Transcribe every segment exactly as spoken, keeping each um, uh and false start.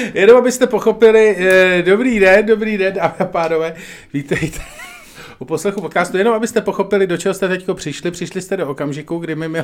Jenom abyste pochopili, eh, dobrý den, dobrý den, dámy a pánové, vítejte u poslechu podcastu, jenom abyste pochopili, do čeho jste teďko přišli, přišli jste do okamžiku, kdy mi měl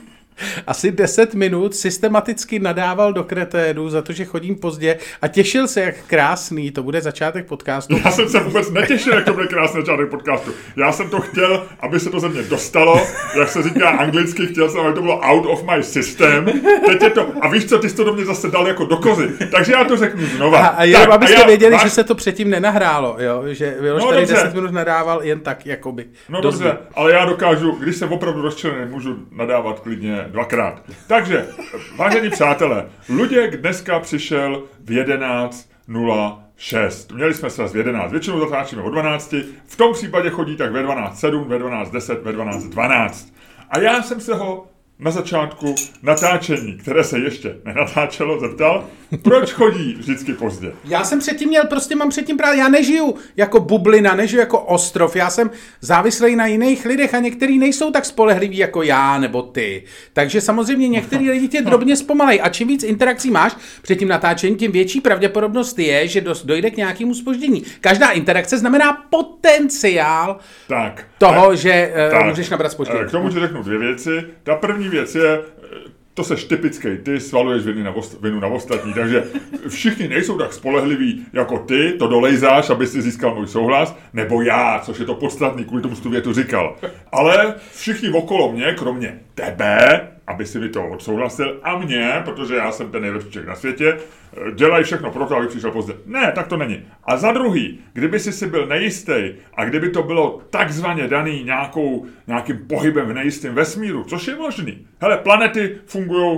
asi deset minut systematicky nadával do kreténu za to, že chodím pozdě a těšil se, jak krásný to bude začátek podcastu. Já jsem se vůbec netěšil, jak to bude krásný začátek podcastu. Já jsem to chtěl, aby se to ze mě dostalo, jak se říká anglicky, chtěl jsem, aby to bylo out of my system. Teď je to, a víš co, ty jsi to do mě zase dal jako do kozy, takže já to řeknu znova. A, a jenom tak, abyste a já, věděli, máš... že se to předtím nenahrálo, jo? Že Miloš no, tady dobře. deset minut nadával jen tak, jakoby. No dobře, ale já dokážu, když jsem opravdu rozčilený, můžu nadávat klidně dvakrát. Takže, vážení přátelé, Luděk dneska přišel v jedenáct nula šest. Měli jsme se v jedenáct, většinou zatáčíme o dvanácti, v tom případě chodí tak ve dvanáct sedm, ve dvanáct deset, ve dvanáct dvanáct. A já jsem se ho na začátku natáčení, které se ještě nenatáčelo, zeptal, proč chodí vždycky pozdě. Já jsem předtím měl, prostě mám předtím právě, já nežiju jako bublina, nežiju jako ostrov, já jsem závislý na jiných lidech a některý nejsou tak spolehliví jako já nebo ty. Takže samozřejmě některý lidi tě drobně zpomalej a čím víc interakcí máš před tím natáčením, tím větší pravděpodobnost je, že dojde k nějakému zpoždění. Každá interakce znamená potenciál tak, toho, tak, že tak, uh, můžeš nabrat zpoždění. K tomu ti řeknu dvě věci. Ta první věc je, to seš typický, ty svaluješ vinu na, ost- vinu na ostatní, takže všichni nejsou tak spolehliví jako ty, to dolejzáš, aby si získal můj souhlas, nebo já, což je to podstatný, kvůli tomu jsi tu větu říkal. Ale všichni okolo mě, kromě tebe, aby si mi to odsouhlasil, a mě, protože já jsem ten nejlepší člověk na světě, dělají všechno pro to, aby přišel pozdě. Ne, tak to není. A za druhý, kdyby si si byl nejistý a kdyby to bylo takzvaně daný nějakou, nějakým pohybem v nejistém vesmíru, což je možný. Hele, planety fungují,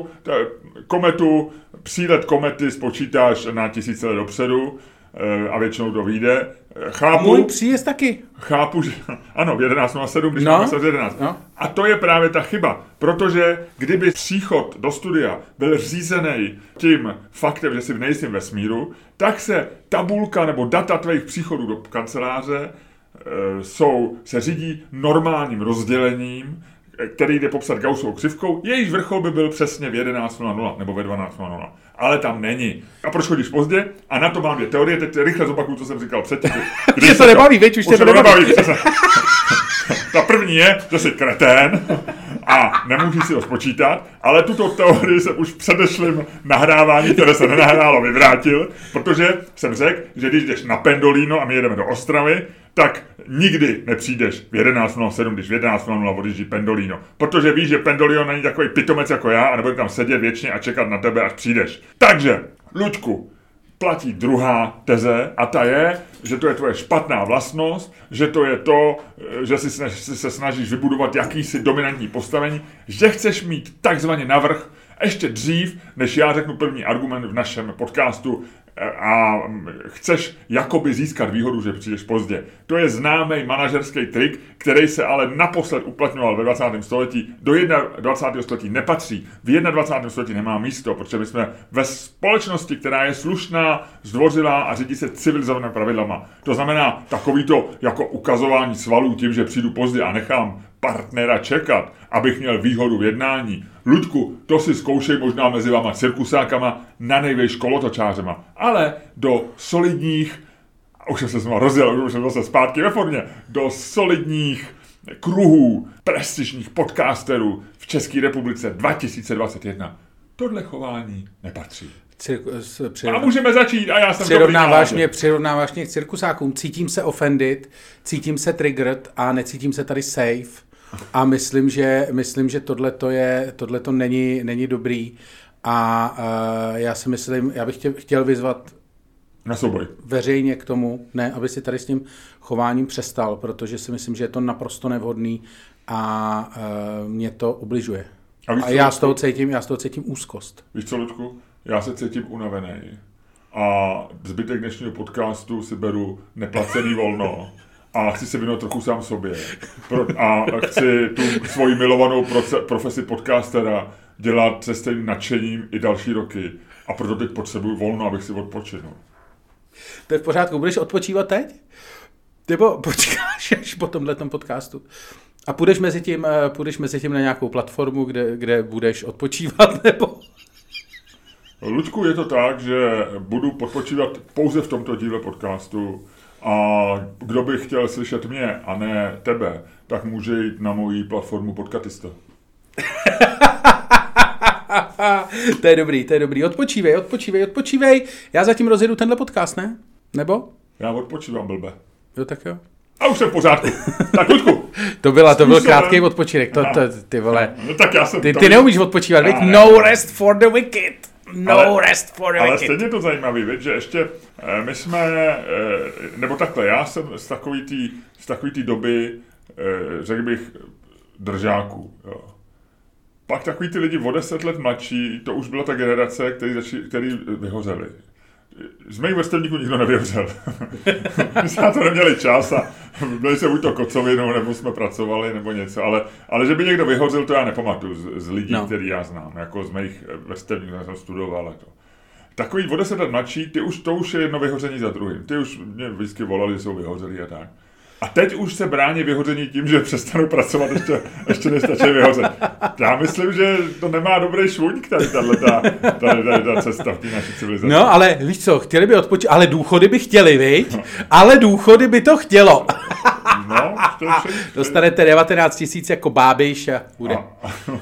kometu, přílet komety spočítáš na tisíce let dopředu a většinou to vyjde. Chápu, Můj příjezd taky. Chápu, že ano, v jedenáct nula sedm, když no, máme se v jedenáct. No. A to je právě ta chyba, protože kdyby příchod do studia byl řízený tím faktem, že jsi v nejistém vesmíru, tak se tabulka nebo data tvých příchodů do kanceláře e, jsou, se řídí normálním rozdělením, který jde popsat Gaussovou křivkou, jejíž vrchol by byl přesně v jedenáct nula nula nebo ve dvanáct nula nula. Ale tam není. A proč chodíš pozdě? A na to mám dvě teorie, teď rychle zopakuju, co jsem říkal předtím. Už tě to nebaví, veď, už tě to nebaví. Ta první je, že jsi kretén a nemůžeš si ho spočítat, ale tuto teorii jsem už v předešlém nahrávání, které se nenahrálo, vyvrátil, protože jsem řekl, že když jdeš na Pendolino a my jedeme do Ostravy, tak nikdy nepřijdeš v jedenáct nula sedm, když v jedenáct nula nula odjíždí Pendolino. Protože víš, že Pendolino není takový pitomec jako já a nebude tam sedět věčně a čekat na tebe, až přijdeš. Takže, Luďku, platí druhá teze a ta je, že to je tvoje špatná vlastnost, že to je to, že si se snažíš vybudovat jakýsi dominantní postavení, že chceš mít takzvaně navrch ještě dřív, než já řeknu první argument v našem podcastu, a chceš jakoby získat výhodu, že přijdeš pozdě. To je známý manažerský trik, který se ale naposled uplatňoval ve dvacátém století. Do dvacátého prvního století nepatří. V dvacátém prvním století nemá místo, protože my jsme ve společnosti, která je slušná, zdvořilá a řídí se civilizovanými pravidlama. To znamená takovýto jako ukazování svalů tím, že přijdu pozdě a nechám partnera čekat, abych měl výhodu v jednání. Luďku, to si zkoušej možná mezi váma cirkusákama, na nejvejš kolotočářema, ale do solidních, už jsem se znovu rozdělil, už jsem zase zpátky ve formě, do solidních kruhů prestižních podcasterů v České republice dva tisíce dvacet jedna. Tohle chování nepatří. Cirkus, a můžeme začít a já jsem přirovnáváš mě, přirovnáváš mě k cirkusákům. Cítím se offended, cítím se triggered a necítím se tady safe. A myslím, že, myslím, že tohleto, je, tohleto není, není dobrý. A uh, já si myslím, já bych tě, chtěl vyzvat na souboj veřejně k tomu, ne, aby si tady s tím chováním přestal, protože si myslím, že je to naprosto nevhodný a uh, mě to ubližuje. A, a já, z toho cítím, já z toho cítím úzkost. Víš co, Ludku? Já se cítím unavený. A zbytek dnešního podcastu si beru neplacený volno. A chci se věnovat trochu sám sobě. Pro, a chci tu svoji milovanou proce, profesi podcastera dělat se stejným nadšením i další roky. A proto teď potřebuji volno, abych si odpočinul. To je v pořádku. Budeš odpočívat teď? Nebo počkáš až po tomhletom podcastu? A půjdeš mezi tím, půjdeš mezi tím na nějakou platformu, kde, kde budeš odpočívat, nebo... Luďku, je to tak, že budu odpočívat pouze v tomto díle podcastu a kdo by chtěl slyšet mě a ne tebe, tak může jít na moji platformu Podcastista. To je dobrý, to je dobrý. Odpočívej, odpočívej, odpočívej. Já zatím rozjedu tenhle podcast, ne? Nebo? Já odpočívám, blbe. Jo, tak jo. A už jsem v pořádku. Tak, Luďku. To, byla, to byl krátký odpočinek. To, to, ty vole. No, tak já jsem ty, ty neumíš odpočívat, veď? No rest for the wicked. No ale, rest for the ale wicked. Ale stejně to zajímavý, veď, že ještě my jsme, nebo takhle, já jsem z takový tý, z takový tý doby, řekl bych, držáků, jo. Pak takový ty lidi o deset let mladší, to už byla ta generace, který, zači, který vyhořeli. Z mých vrstevníků nikdo nevyhořel. My jsme na to neměli čas a byli se buď to kocovinou, nebo jsme pracovali, nebo něco, ale, ale že by někdo vyhořel, to já nepamatuju z, z lidí, no. který já znám, jako z mých vrstevníků, jsem studoval. To. Takový o deset let mladší, ty už, to už je jedno vyhoření za druhým. Ty už mě vždycky volali, že jsou vyhořelí a tak. A teď už se brání vyhoření tím, že přestanou pracovat ještě, ještě než stačí vyhořet. Já myslím, že to nemá dobrý švuňk tady ta cesta v té naší civilizaci. No, ale víš co, chtěli by odpočít, ale důchody by chtěli, viď? No. Ale důchody by to chtělo. No, to je však... Dostanete devatenáct tisíc jako Bábiš a bude. A...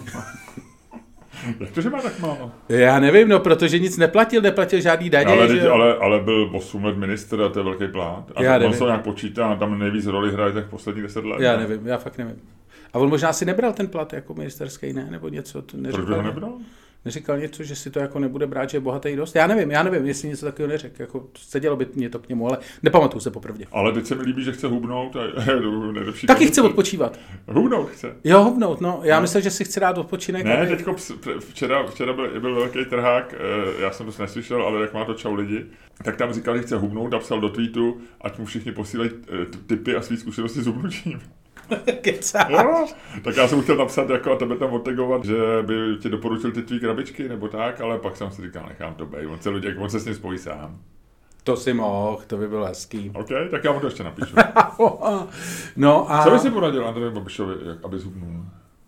Jak to, že má tak málo? Já nevím, no, protože nic neplatil, neplatil žádný daně. Ale, že... ale, ale byl osm let ministr a to je velký plát. A on se nějak počítá a tam nejvíc roli hraje tak posledních deset let. Já ne? nevím, já fakt nevím. A on možná si nebral ten plat jako ministerský, ne? Nebo něco. Proč by ho nebral? Neříkal něco, že si to jako nebude brát, že je bohatý dost? Já nevím, já nevím, jestli něco takového neřekl. Jako, sedělo by mě to k němu, ale nepamatuju se popravdě. Ale teď se mi líbí, že chce hubnout. A je taky chce odpočívat. Hubnout chce. Jo, hubnout, no. Já no. myslím, že si chce dát odpočinek. Ne, aby... teďko včera, včera byl, byl velký trhák, já jsem to neslyšel, ale jak má to čau lidi, tak tam říkal, že chce hubnout a psal do tweetu, ať mu všichni posílají tipy a svý zkušenosti s hubnutím. Jo, tak já jsem chtěl napsat jako a tebe tam otegovat, že by ti doporučil ty tvý krabičky nebo tak, ale pak jsem si říkal, nechám to bej, on se, lidi, on se s ním spojí sám. To si mohl, to by bylo hezký. OK, tak já mu to ještě napíšu. No a... Co by si poradil Andreji Babišovi, aby zhubnul?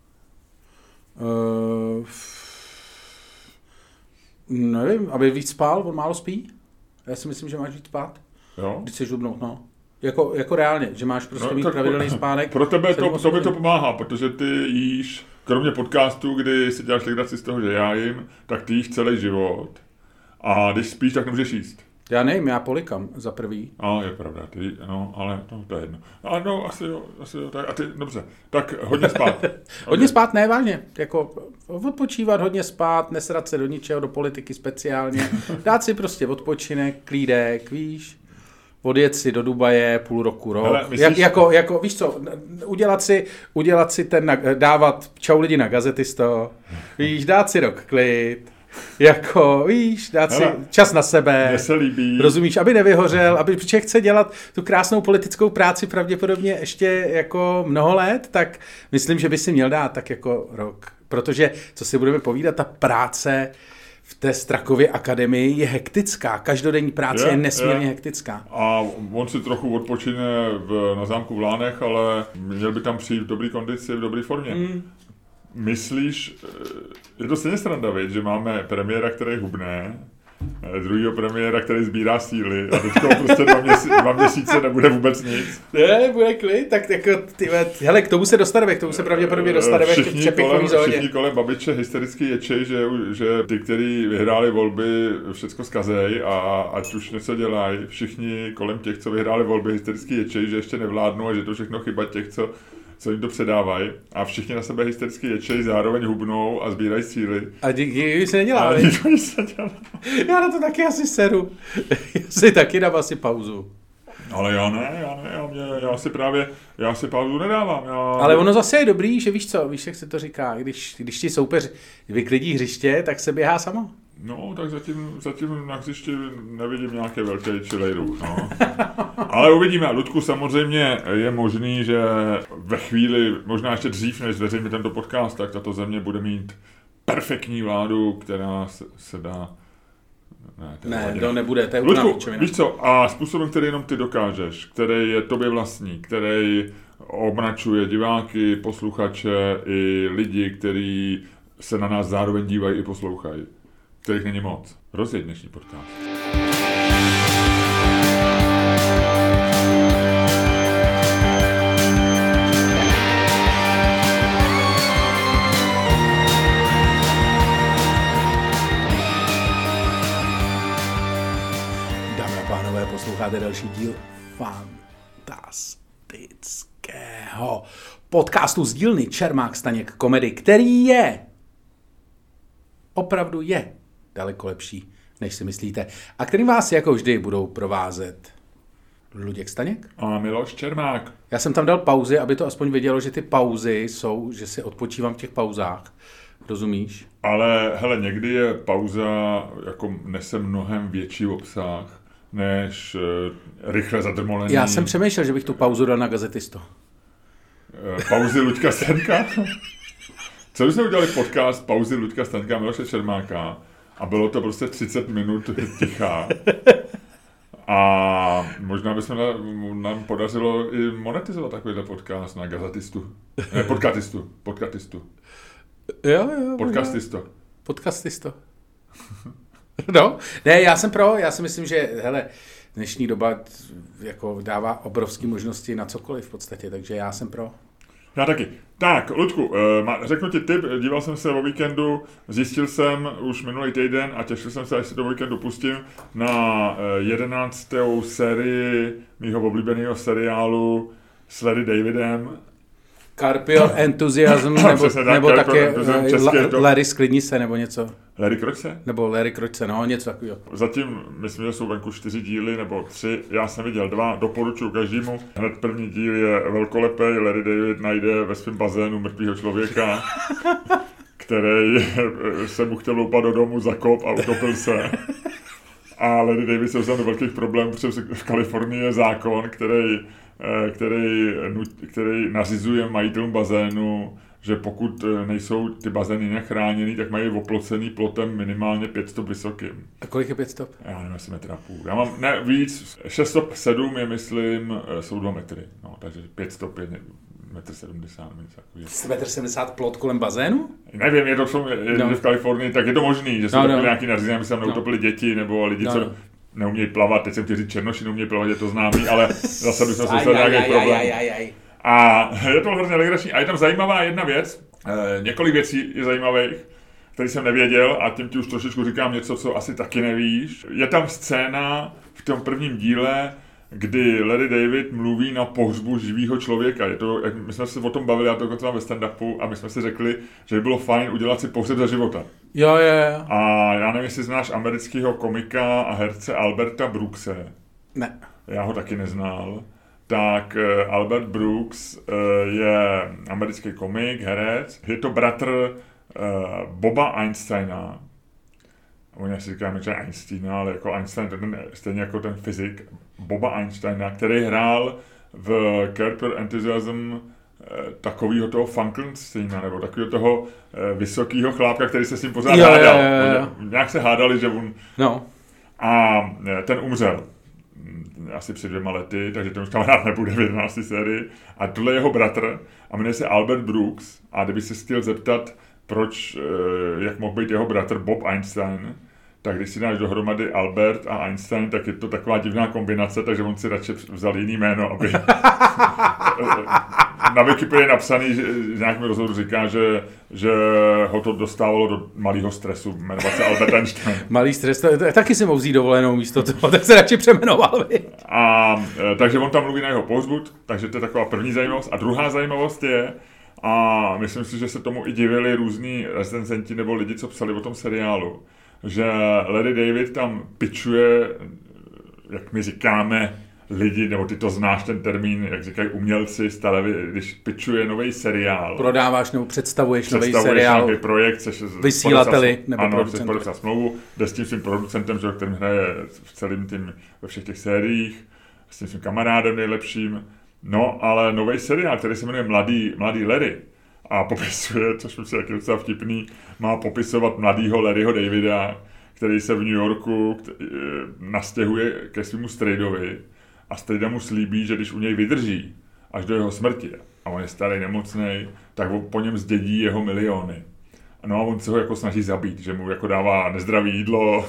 Uh, nevím, aby víc spál, on málo spí. Já si myslím, že máš víc spát. Jo? Když chceš zhubnout, no. Jako, jako reálně, že máš prostě no, mít pravidelný spánek. Pro tebe to, to by to pomáhá, protože ty jíš, kromě podcastu, kdy si děláš legraci z toho, že já jím, tak ty jíš celý život. A když spíš, tak nemůžeš jíst. Já nevím, já polikám za prvý. A je pravda, ty, no, ale no, to je jedno. A no, asi jo, asi jo, tak, a ty, dobře, tak hodně spát. Hodně spát, ne, vážně, jako odpočívat, hodně spát, nesrat se do ničeho, do politiky speciálně, dát si prostě odpočinek, klídek, víš. Odjet si do Dubaje půl roku, rok. Hele, myslíš... Jak, jako, jako, víš co, udělat si, udělat si ten, dávat čau lidi na Gazetisto, víš, dát si rok klid, jako, víš, dát Hele, si čas na sebe. Mně se líbí. Rozumíš, aby nevyhořel, aby protože chce dělat tu krásnou politickou práci pravděpodobně ještě jako mnoho let, tak myslím, že by si měl dát tak jako rok. Protože, co si budeme povídat, ta práce v té Strakově akademii je hektická. Každodenní práce je, je nesmírně je. hektická. A on si trochu odpočine v, na zámku v Lánech, ale měl by tam přijít v dobré kondici, v dobré formě. Mm. Myslíš, je to stejně sranda, věc, že máme premiéra, který hubne, druhýho premiéra, který sbírá síly a teďko prostě dva, měsí, dva měsíce nebude vůbec nic. Ne, bude klid, tak jako ty, hele, k tomu se dostaneme, k tomu se pravděpodobně dostaneme ještě v přepichový zóně. Všichni kolem Babiče hystericky ječej, že, že ty, kteří vyhráli volby, všecko skazej a ať už něco dělají, všichni kolem těch, co vyhráli volby, hystericky ječej, že ještě nevládnou a že to všechno chyba těch, co co jim to předávají a všichni na sebe hystericky ječej, zároveň hubnou a sbírají síly. A nikdy se nedělá, a nikdy se nedělá. Já na to taky asi seru. Já si taky dám asi pauzu. Ale já ne, já ne, já, mě, já si právě, já si pauzu nedávám. Já... Ale ono zase je dobrý, že víš co, víš, jak se to říká, když, když ti soupeř vyklidí hřiště, tak se běhá samo. No, tak zatím, zatím na hřišti nevidím nějaké velké čilej ruch, no. Ale uvidíme. Ludku, samozřejmě je možný, že ve chvíli, možná ještě dřív, než zveřejníme tento podcast, tak tato země bude mít perfektní vládu, která se, se dá... Ne, to, ne, to nebude, to je Ludku, víš co, a způsobem, který jenom ty dokážeš, který je tobě vlastní, který omračuje diváky, posluchače i lidi, kteří se na nás zároveň dívají i poslouchají. kterých není moc. Rozjeď dnešní podcast. Dámy a pánové, posloucháte další díl fantastického podcastu z dílny Čermák Staněk Komedy, který je, opravdu je daleko lepší, než si myslíte. A který vás jako vždy budou provázet Luděk Staněk a Miloš Čermák. Já jsem tam dal pauzy, aby to aspoň vědělo, že ty pauzy jsou, že si odpočívám v těch pauzách. Rozumíš? Ale hele, někdy je pauza, jako nese mnohem větší obsah, než uh, rychle zadrmolený. Já jsem přemýšlel, že bych tu pauzu dal na Gazetisto. Uh, pauzy Luďka Staňka? Co jsme udělali podcast pauzy Luďka Staňka a Miloše Čermáka a bylo to prostě třicet minut ticha. A možná bychom nám podařilo i monetizovat takovýhle podcast na Gazetistu. Ne, podcastistu. Podcastistu. Jo, jo. Podcastisto. Podcastisto. No, ne, já jsem pro, já si myslím, že hele, dnešní doba jako dává obrovské možnosti na cokoliv v podstatě, takže já jsem pro. Já taky. Tak, Ludku, řeknu ti tip, díval jsem se o víkendu, zjistil jsem už minulý týden a těšil jsem se, až se do víkendu pustím, na jedenáctou sérii mýho oblíbeného seriálu s Larry Davidem. Carpio Enthusiasm, nebo, tak, nebo také to... Larry Sklidni se, nebo něco. Larry Kročce? Nebo Larry Kročce, no, něco takového. Zatím, myslím, že jsou venku čtyři díly, nebo tři, já jsem viděl dva, doporučuji každému. Hned první díl je velkolepý, Larry David najde ve svém bazénu mrtvýho člověka, který se mu chtěl loupat do domu, zakop a utopil se. A Larry David se dostal do velkých problémů, protože v Kalifornii je zákon, který Který, který nařizuje majitelům bazénu, že pokud nejsou ty bazény nechráněný, tak mají oplocený plotem minimálně pět stop vysokým. A kolik je pět stop? Já nevím, jestli metra půl. Já mám, ne, víc, šest stop sedm je, myslím, jsou dva metry. No, takže pět stop je metr sedmdesát. metr sedmdesát plot kolem bazénu? Nevím, je to jsou, je, no. v Kalifornii, tak je to možný, že jsou no, no. nějaký nařízení, aby se tam neutopili no. děti, nebo lidi, no, co... No. Neumějí plavat, teď jsem chtěl říct černoši, neumějí plavat, je to známý, ale zase bychom se dostali nějaký problém. Aj, aj, aj. A je to hrozně legrační. A je tam zajímavá jedna věc, e, několik věcí je zajímavých, který jsem nevěděl a tím ti už trošičku říkám něco, co asi taky nevíš. Je tam scéna v tom prvním díle, kdy Larry David mluví na pohřbu živého člověka. Je to, jak my jsme se o tom bavili, já to kontrám ve stand-upu a my jsme si řekli, že by bylo fajn udělat si pohřeb za života. Jo, jo, jo. A já nevím, jestli znáš amerického komika a herce Alberta Brookse. Ne. Já ho taky neznal. Tak uh, Albert Brooks uh, je americký komik, herec. Je to bratr uh, Boba Einsteina. Oni si říkají, že Einsteina, ale jako Einstein, ten, stejně jako ten fyzik Boba Einsteina, který hrál v Curb Your Enthusiasm takovýho toho Frankensteina, nebo takového toho vysokého chlápka, který se s ním pořád jo, hádal. Jo, jo, jo. Nějak se hádali, že on... No. A ten umřel asi před dvěma lety, takže ten už tam hrát nebude v jedenácté sérii. A tohle je jeho bratr a jmenuje se Albert Brooks. A kdyby se chtěl zeptat, proč, jak mohl být jeho bratr Bob Einstein, tak když si dáš dohromady Albert a Einstein, tak je to taková divná kombinace, takže on si radši vzal jiný jméno, aby... Na Wikipedii je napsaný, že nějakým rozhovoru říká, že, že ho to dostávalo do malého stresu, jmenovat se Albert Einstein. Malý stres, to, to, taky si mohl vzít dovolenou místo toho, tak se radši přemenoval. A takže on tam mluví na jeho pohřbu, takže to je taková první zajímavost. A druhá zajímavost je, a myslím si, že se tomu i divili různí recenzenti nebo lidi, co psali o tom seriálu, že Larry David tam pitchuje, jak my říkáme, lidi, nebo ty to znáš ten termín, jak říkají umělci z televize, když pitchuje nový seriál. Prodáváš nebo představuješ nový seriál. Nějaký projekt, seš vysílateli nebo ano, chceš podepsat smlouvu, jde s tím svým producentem, že, kterým hraje v celým tím, ve všech těch sériích, s tím svým kamarádem nejlepším. No, ale nový seriál, který se jmenuje Mladý, Mladý Larry a popisuje, což mi se jak je docela vtipný, má popisovat mladýho Larryho Davida, který se v New Yorku nastěhuje ke svému strejdovi a strejda mu slíbí, že když u něj vydrží až do jeho smrti a on je starý, nemocnej, tak po něm zdědí jeho miliony. No a on se ho jako snaží zabít, že mu jako dává nezdravý jídlo,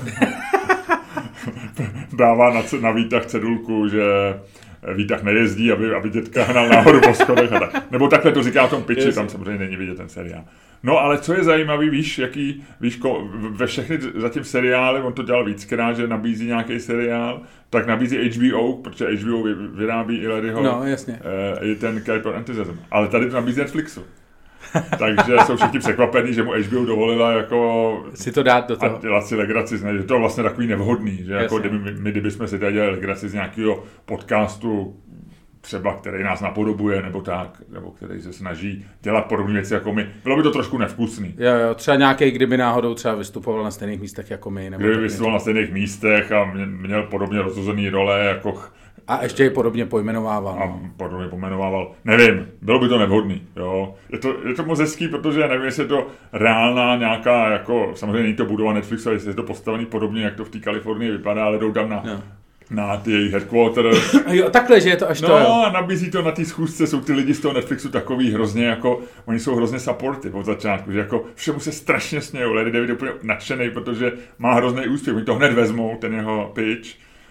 dává na, na výtah cedulku, že výtah nejezdí, aby, aby dětka hnal nahoru po schodech a tak. Nebo takhle to říká v tom pitchi, tam samozřejmě není vidět ten seriál. No ale co je zajímavý, víš, jaký, víš, ko, ve všechny zatím seriály, on to dělal víckrát, že nabízí nějaký seriál, tak nabízí H B O, protože H B O vyrábí i Larryho, no, jasně. Eh, i ten Curb Your Enthusiasm. Ale tady to nabízí Netflixu. Takže jsou všichni překvapení, že mu H B O dovolila jako si to dát do toho. A dělat si legraci, že to je vlastně takový nevhodný, že jako kdyby, my, kdybychom si tady dělali legraci z nějakého podcastu, třeba který nás napodobuje, nebo tak, nebo který se snaží dělat podobné věci jako my. Bylo by to trošku nevkusný. Jo, jo, třeba nějaký, kdyby náhodou třeba vystupoval na stejných místech jako my. Nebo kdyby vystupoval na stejných místech a měl podobně rozhozený role jako... A ještě je podobně pojmenovával. A podobně pojmenovával. Nevím, bylo by to nevhodný. Jo. Je, to, je to moc hezký, protože nevím, jestli je to reálná nějaká, jako, samozřejmě není to budova Netflixu, ale jestli je to postavený podobně, jak to v té Kalifornii vypadá, ale jdou tam na, no. na ty jejich headquarters. Jo, takhle, že je to až no, to, jo. No a nabízí to na té schůzce, jsou ty lidi z toho Netflixu takový hrozně jako, oni jsou hrozně supportive od začátku, že jako všemu se strašně smějou. Larry David je úplně nadšený, protože má hrozný úspěch, oni to hned vezmou, ten jeho pitch.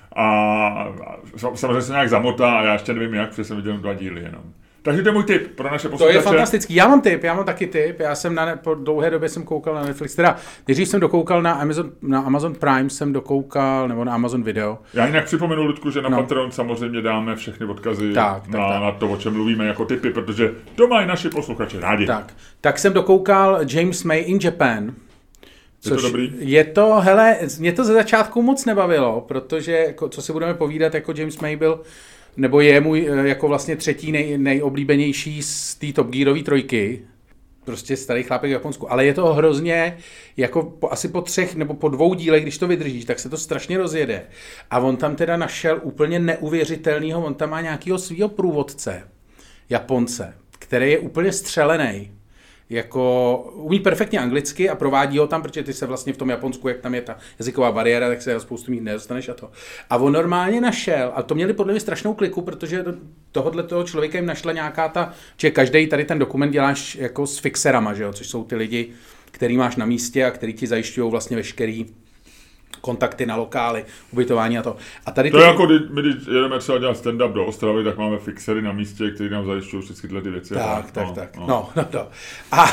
A samozřejmě se nějak zamotá a já ještě nevím jak, protože jsem viděl dva díly jenom. Takže to je můj tip pro naše posluchače. To je fantastický. Já mám tip, já mám taky tip. Já jsem na, po dlouhé době jsem koukal na Netflix. Teda, nejdřív jsem dokoukal na Amazon, na Amazon Prime, jsem dokoukal, nebo na Amazon Video. Já jinak připomenu, Ludku, že na no. Patreon samozřejmě dáme všechny odkazy tak, tak, na, tak. na to, o čem mluvíme jako tipy, protože to mají naši posluchači rádi. Tak, tak jsem dokoukal James May in Japan. Je to dobrý? Je to, hele, mě to ze začátku moc nebavilo, protože, co si budeme povídat, jako James May byl, nebo je můj jako vlastně třetí nej, nejoblíbenější z té Top Gearové trojky, prostě starý chlápek v Japonsku, ale je to hrozně, jako po, asi po třech nebo po dvou dílech, když to vydržíš, tak se to strašně rozjede. A on tam teda našel úplně neuvěřitelného, on tam má nějakého svýho průvodce, Japonce, který je úplně střelený. Jako umí perfektně anglicky a provádí ho tam, protože ty se vlastně v tom Japonsku, jak tam je ta jazyková bariéra, tak se spoustu mít nedostaneš a to. A on normálně našel, a to měli podle mě strašnou kliku, protože tohohle toho člověka jim našla nějaká ta, že každý tady ten dokument děláš jako s fixerama, že jo, což jsou ty lidi, který máš na místě a který ti zajišťují vlastně veškerý kontakty na lokály, ubytování a to. A tady to ty... je jako, když my když jedeme třeba dělat stand-up do Ostravy, tak máme fixery na místě, který nám zajišťují všechny tyhle ty věci. Tak, tak, no, tak. No, no, no. no. A,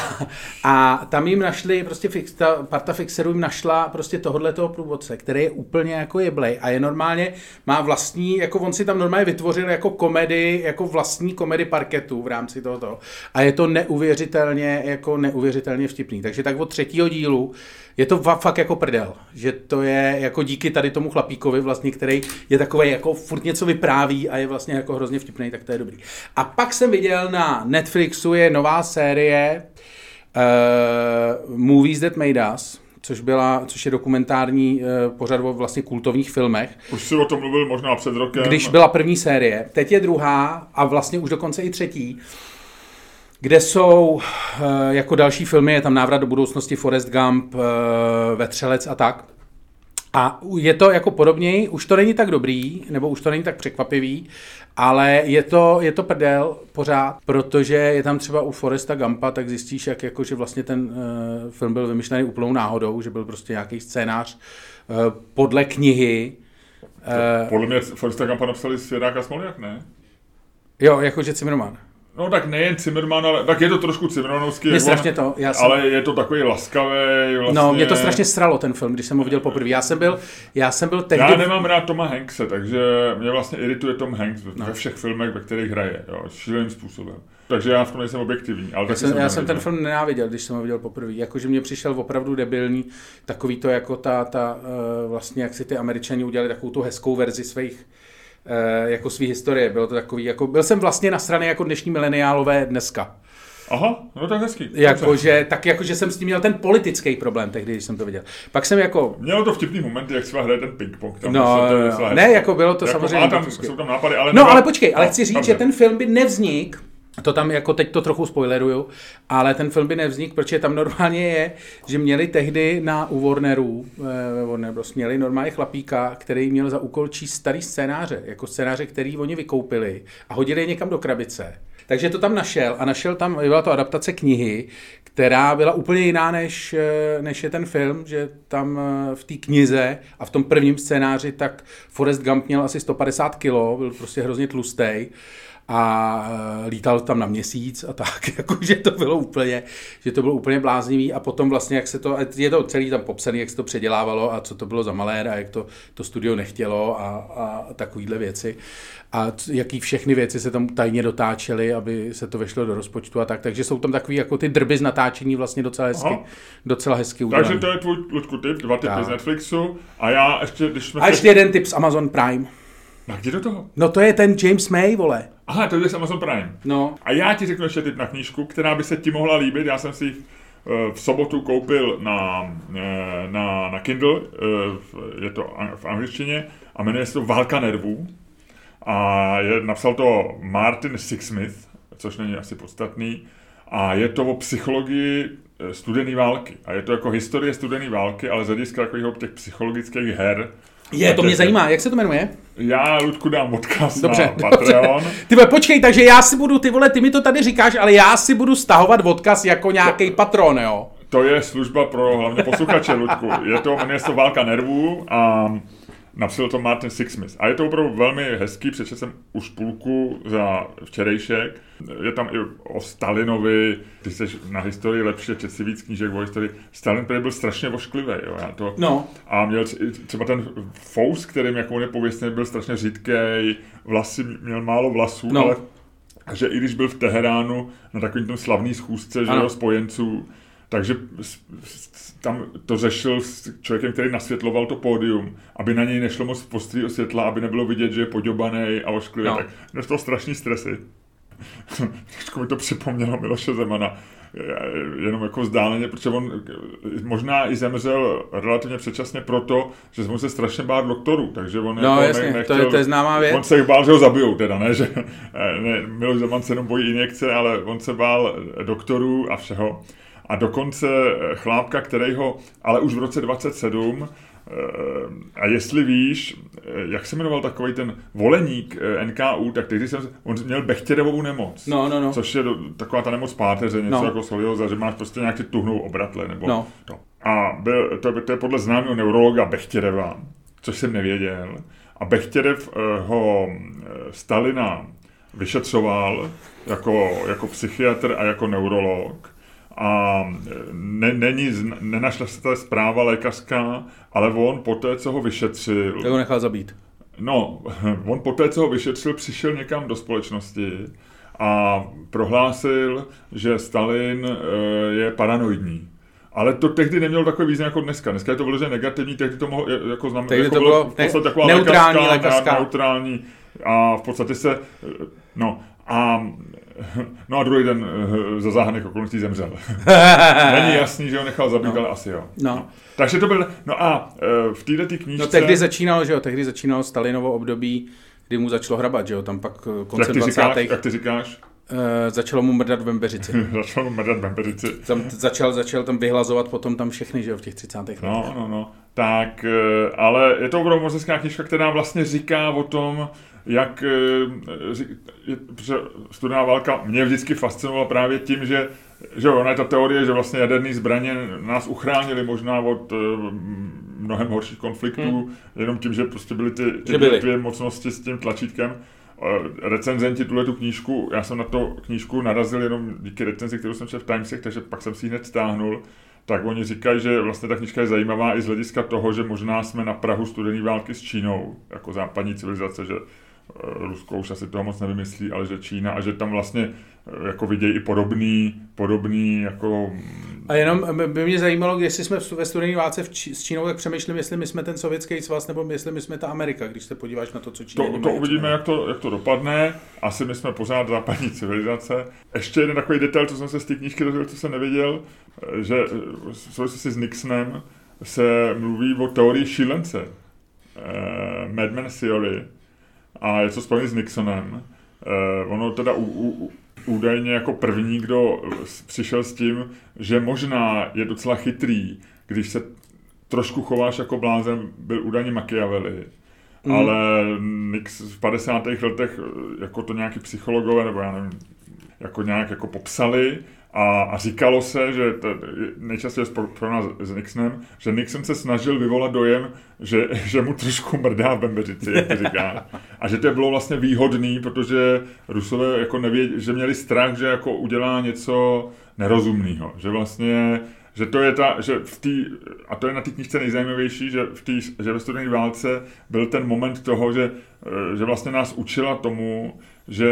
a tam jim našli, prostě fix, ta parta fixerů jim našla prostě tohohletoho průvodce, který je úplně jako jeblej a je normálně, má vlastní, jako on si tam normálně vytvořil jako komedy, jako vlastní komedy parketu v rámci tohoto. A je to neuvěřitelně, jako neuvěřitelně vtipný. Takže tak od třetího dílu je to fakt jako prdel, že to je jako díky tady tomu chlapíkovi vlastně, který je takovej jako furt něco vypráví a je vlastně jako hrozně vtipný, tak to je dobrý. A pak jsem viděl na Netflixu je nová série uh, Movies That Made Us, což byla, což je dokumentární uh, pořad o vlastně kultovních filmech. Už si o tom mluvil možná před rokem. Když byla první série, teď je druhá a vlastně už dokonce i třetí, kde jsou jako další filmy, je tam Návrat do budoucnosti, Forrest Gump, Vetřelec a tak. A je to jako podobněji, už to není tak dobrý, nebo už to není tak překvapivý, ale je to, je to prdel pořád, protože je tam třeba u Forresta Gumpa, tak zjistíš, jak jako, že vlastně ten uh, film byl vymyšlený úplnou náhodou, že byl prostě nějaký scénář uh, podle knihy. Uh, podle mě Forresta Gumpa napsali Svědák a Smoljak, ne? Jo, jakože Zimmerman. No tak nejen Zimmerman, ale tak je to trošku Zimmermanovský, je strašně to, já jsem... ale je to takový laskavý vlastně. No, mě to strašně sralo ten film, když jsem ho viděl poprvé. Já jsem byl, já jsem byl tehdy... Já nemám rád Toma Hankse, takže mě vlastně irituje Tom Hanks no. ve všech filmech, ve kterých hraje, jo, šíleným způsobem. Takže já v tom nejsem objektivní. Ale já jsem, já jsem ten film nenáviděl, když jsem ho viděl poprvé. Jakože mě přišel opravdu debilní, takový to jako ta, ta vlastně, jak si ty Američani udělali takovou tu hezkou verzi svých jako svý historie. Bylo to takový, jako, byl jsem vlastně na straně jako dnešní mileniálové dneska. Aha, no tak hezký. Jakože, tak jakože jsem s tím měl ten politický problém tehdy, když jsem to viděl. Pak jsem jako... Mělo to vtipný momenty, jak se hraje ten ping-pong. Tam no, to ne, jako bylo to jako, samozřejmě... Tam jsou tam nápady, ale... No, ale počkej, ale chci říct, dobře. Že ten film by nevznikl, to tam jako teď to trochu spoileruju, ale ten film by nevznikl, protože tam normálně je, že měli tehdy na u Warnerů, eh, Warner Bros. Měli normálně chlapíka, který měl za úkol číst starý scénáře, jako scénáře, který oni vykoupili a hodili je někam do krabice. Takže to tam našel a našel tam, byla to adaptace knihy, která byla úplně jiná než, než je ten film, že tam v té knize a v tom prvním scénáři tak Forrest Gump měl asi sto padesát kilo, byl prostě hrozně tlustej a lítal tam na měsíc a tak, jakože to bylo úplně, že to bylo úplně bláznivý a potom vlastně, jak se to, je to celý tam popsaný, jak se to předělávalo a co to bylo za malér a jak to, to studio nechtělo a, a takovýhle věci a jaký všechny věci se tam tajně dotáčely, aby se to vešlo do rozpočtu a tak, takže jsou tam takový jako ty drby z natáčení vlastně docela hezky, Aha. docela hezky udělaný. Takže to je tvůj, Luďku, tip, dva tipy tak. z Netflixu a já ještě, když jsme... A ještě jeden tip z Amazon Prime. A kde do toho? No to je ten James May, vole. Aha, to je z Amazon Prime. No. A já ti řeknu ještě tip na knížku, která by se ti mohla líbit. Já jsem si ji v sobotu koupil na, na, na Kindle, je to v angličtině a jmenuje se to Válka nervů. A je, napsal to Martin Sixsmith, což není asi podstatný. A je to o psychologii studené války. A je to jako historie studené války, ale z hlediska takových těch psychologických her. Je, to mě zajímá. Jak se to jmenuje? Já, Ludku, dám odkaz dobře, na Patreon. Dobře. Ty vole, počkej, takže já si budu, ty vole, ty mi to tady říkáš, ale já si budu stahovat odkaz jako nějaký patron, jo? To je služba pro hlavně posluchače, Ludku. Je to, jmenuje se to Válka nervů a napsal to Martin Sixsmith. A je to opravdu velmi hezký, přečetl jsem už půlku za včerejšek. Je tam i o Stalinovi, ty jsi na historii lepší, čet si víc knížek o historii. Stalin prý byl strašně vošklivý, jo. Já to, no. A měl třeba ten fous, kterým jako on je pověstný, byl strašně řidkej, vlasy, měl málo vlasů, no. ale že i když byl v Teheránu na takovým tom slavný schůzce, že jo, spojenců, takže tam to řešil s člověkem, který nasvětloval to pódium, aby na něj nešlo moc postrýho světla, aby nebylo vidět, že je poďobanej a ošklivý. No. Tak měl to strašný stresy. Trošku mi to připomnělo Miloše Zemana. Jenom jako vzdáleně, protože on možná i zemřel relativně předčasně proto, že mu se strašně bál doktorů, takže on no, jako jasně, nechtěl, to je, to je známá věc. On se jich bál, že ho zabijou teda, ne, že ne, Miloš Zeman se jenom bojí injekce, ale on se bál doktorů a všeho. A dokonce chlápka, který ho, ale už v roce dvacet sedm, a jestli víš, jak se jmenoval takový ten voleník N K U, tak tehdy jsem, on měl Bechterevovou nemoc, no, no, no. což je do, taková ta nemoc páteře, něco no. jako skolioza, že máš prostě nějaký tuhnou obratle, nebo no. to. A byl, to, to je podle známého neurologa Bechtereva, což jsem nevěděl. A Bechterev ho Stalina vyšetřoval jako, jako psychiatr a jako neurolog. A ne, není, nenašla se ta zpráva lékařská, ale on poté, co ho vyšetřil... Tak ho nechal zabít. No, on poté, co ho vyšetřil, přišel někam do společnosti a prohlásil, že Stalin je paranoidní. Ale to tehdy nemělo takový význam jako dneska. Dneska je to vyloženě negativní, tehdy to mohlo jako znamenat... Tehdy jako to bylo ne, taková neutrální lékařská, lékařská. Neutrální a v podstatě se... No, a... No a druhý den za záhadných okolností zemřel. Není jasný, že ho nechal zabít, no. ale asi jo. No. No. Takže to byl, no a v této knížce... No tehdy začínalo, že jo, tehdy začínalo Stalinovo období, kdy mu začalo hrabat, že jo, tam pak koncem dvacátých Jak ty říkáš? Uh, začalo mu mrdat vembeřici. začalo mu mrdat vembeřici. Tam začal, začal tam vyhlazovat potom tam všechny, že jo, v těch třicátých letech. No, no, no. Tak, ale je to opravdu mozecká knížka, která vlastně říká o tom, jak, protože studená válka mě vždycky fascinovala právě tím, že, že ona je ta teorie, že vlastně jaderné zbraně nás uchránily možná od mnohem horších konfliktů, hmm. jenom tím, že prostě byly ty, ty byly. dvě mocnosti s tím tlačítkem. Recenzenti tuhle tu knížku, já jsem na to knížku narazil jenom díky recenzi, kterou jsem četl v Timesech, takže pak jsem si ji hned stáhnul. Tak oni říkají, že vlastně ta knížka je zajímavá i z hlediska toho, že možná jsme na prahu studené války s Čínou, jako západní civilizace, že Rusko už asi toho moc nevymyslí, ale že Čína a že tam vlastně jako vidějí i podobný, podobný jako... A jenom by mě zajímalo, jestli jsme ve studené válce Či- s Čínou, tak přemýšlím, jestli my jsme ten sovětský svaz, nebo jestli my jsme ta Amerika, když se podíváš na to, co Čína. To, to uvidíme, jak to, jak to dopadne. Asi my jsme pořád západní civilizace. Ještě jeden takový detail, co jsem se z té knížky dozvěděl, co jsem nevěděl, že v souvislosti s Nixonem se mluví o teorii šílence. Uh, Madman Theory. A je to spojené s Nixonem. Uh, ono teda u, u, údajně jako první, kdo přišel s tím, že možná je docela chytrý, když se trošku chováš jako blázen, byl údajně Machiavelli. Mm. Ale Nix v padesátých letech, jako to nějaký psychologové, nebo já nevím, jako nějak jako popsali a, a říkalo se, že to, nejčastěji pro nás s Nixonem, že Nixon se snažil vyvolat dojem, že, že mu trošku mrdá v bembeřici, jak ty říká. A že to bylo vlastně výhodný, protože Rusové jako nevěděli, že měli strach, že jako udělá něco nerozumného, že vlastně že to je ta, že v tý, a to je na té knížce nejzajímavější, že, v tý, že ve studené válce byl ten moment toho, že, že vlastně nás učila tomu, že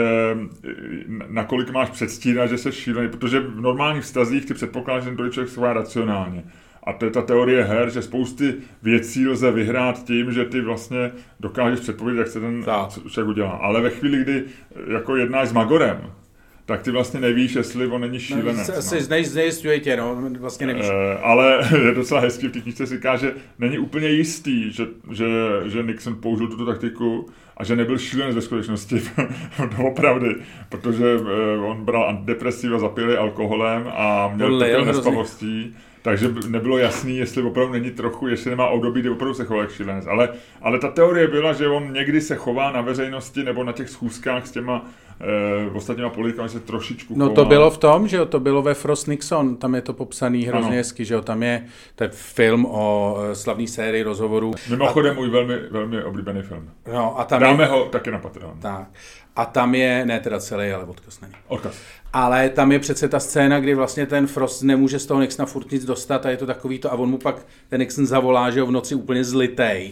nakolik máš předstírat, že jsi šílený, protože v normálních vztazích ty předpokládáš, že ten druhý člověk se chová racionálně. A to je ta teorie her, že spousty věcí lze vyhrát tím, že ty vlastně dokážeš předpovědět, jak se ten člověk udělá. Ale ve chvíli, kdy jako jednáš s Magorem, tak ty vlastně nevíš, jestli on není šílenec. No, se no. znejistuje tě, no, vlastně nevíš. E, ale je docela hezký, v té knížce si říká, že není úplně jistý, že, že, že Nixon použil tuto taktiku a že nebyl šílenec ve skutečnosti, opravdu, protože on bral antidepresiva, zapili alkoholem a měl trpěl nespavostí. Takže nebylo jasný, jestli opravdu není trochu, jestli nemá období, kdy opravdu se chová jak šílenec. Ale, ale ta teorie byla, že on někdy se chová na veřejnosti nebo na těch schůzkách s těma e, ostatníma politikami se trošičku chová. No to bylo v tom, že jo, to bylo ve Frost Nixon, tam je to popsaný hrozně hezky, že jo, tam je ten film o slavné sérii rozhovorů. Mimochodem můj velmi, velmi oblíbený film. No, a tam Dáme je, ho taky na Patreon. Tak. A tam je, ne teda celý, ale odkaz na ně. Odkaz. Ale tam je přece ta scéna, kdy vlastně ten Frost nemůže z toho Nixona furt nic dostat a je to takový to a on mu pak ten Nixon zavolá, že ho v noci úplně zlitej.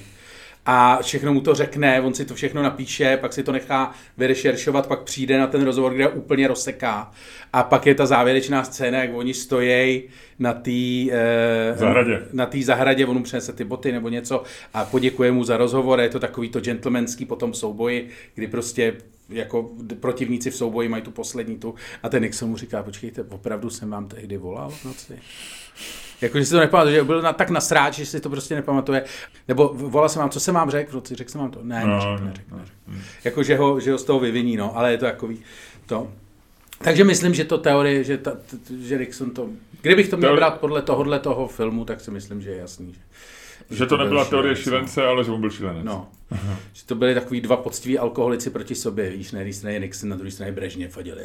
A všechno mu to řekne, on si to všechno napíše, pak si to nechá vyrešeršovat, pak přijde na ten rozhovor, kde ho úplně rozseká. A pak je ta závěrečná scéna, jak oni stojí na té eh, zahradě. Na té zahradě, on mu přinese ty boty nebo něco a poděkuje mu za rozhovor. Je to takový to gentlemanský potom souboji, kdy prostě jako protivníci v souboji mají tu poslední tu a ten Nixon mu říká, počkejte, opravdu jsem vám tehdy volal v noci. Jakože si to nepamatuje, že byl na, tak nasráč, že si to prostě nepamatuje. Nebo volal jsem vám, co jsem vám řekl v noci, řekl jsem vám to? Ne, no, neřekl, neřekl, neřekl. Jako, že ho, že ho z toho vyviní, no, ale je to takový to. Takže myslím, že to teorie, že, ta, že Nixon to, kdybych to měl Teori... brát podle tohohle toho filmu, tak si myslím, že je jasný, že Že, že to nebyla teorie šílence, ale že on byl šílenec. No. Že to byli takový dva poctiví alkoholici proti sobě, víš, na jedné straně Nixon, na druhé straně Brežněv a dělali.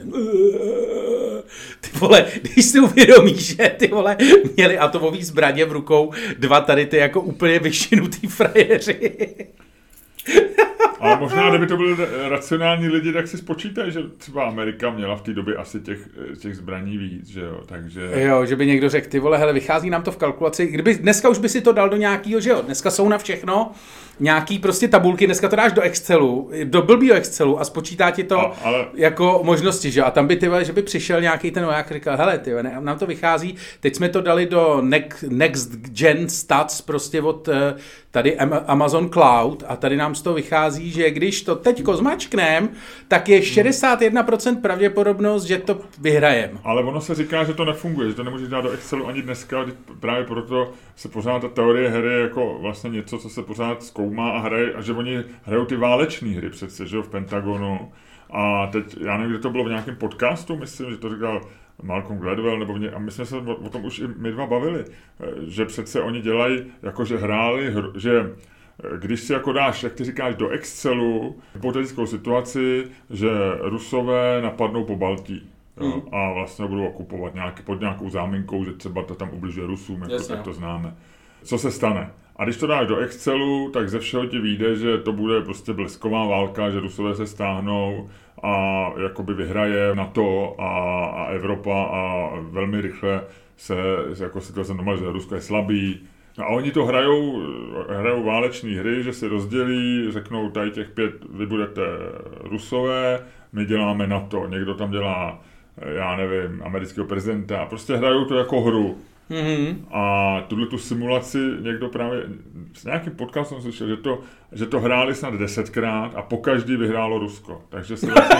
Ty vole, když si uvědomíš, že ty vole měli atomový zbraně v rukou, dva tady ty jako úplně vyšinutý frajeři. Ale možná, kdyby to byli racionální lidi, tak si spočítají, že třeba Amerika měla v té době asi těch, těch zbraní víc, že jo, takže... Jo, že by někdo řekl, ty vole, hele, vychází nám to v kalkulaci, kdyby, dneska už by si to dal do nějakého, že jo, dneska jsou na všechno nějaký prostě tabulky, dneska to dáš do Excelu, do blbýho Excelu a spočítá ti to a, ale... jako možnosti, že jo, a tam by, ty vole, že by přišel nějaký ten voják a říkal, hele, ty vole, nám to vychází, teď jsme to dali do Next Gen Stats prostě od tady Amazon Cloud a tady nám z toho vychází, že když to teďko zmačknem, tak je šedesát jedna procent pravděpodobnost, že to vyhrajem. Ale ono se říká, že to nefunguje, že to nemůžeš dát do Excelu ani dneska, právě proto se pořád ta teorie hry jako vlastně něco, co se pořád zkoumá a hraje, a že oni hrajou ty váleční hry přece, že jo, v Pentagonu. A teď, já nevím, kde to bylo v nějakém podcastu, myslím, že to říkal Malcolm Gladwell, nebo mě, a my jsme se o, o tom už i my dva bavili, že přece oni dělají, jakože hráli, že když si jako dáš, jak ty říkáš, do Excelu hypotetickou situaci, že Rusové napadnou po Baltí, jo, mm. a vlastně budou okupovat nějaký, pod nějakou záminkou, že třeba to tam ubližuje Rusům, jako, tak to známe. Co se stane? A když to dáš do Excelu, tak ze všeho ti vyjde, že to bude prostě blesková válka, že Rusové se stáhnou a jakoby vyhraje NATO a, a Evropa a velmi rychle se jako situace normalizuje, že Rusko je slabý. No a oni to hrajou, hrajou váleční hry, že si rozdělí, řeknou tady těch pět, vy budete Rusové, my děláme NATO, někdo tam dělá, já nevím, amerického prezidenta a prostě hrajou to jako hru. Mm-hmm. A tuhle tu simulaci někdo právě s nějakým podcastem slyšel, že to, že to hráli snad desetkrát a pokaždý vyhrálo Rusko. Takže se vlastně...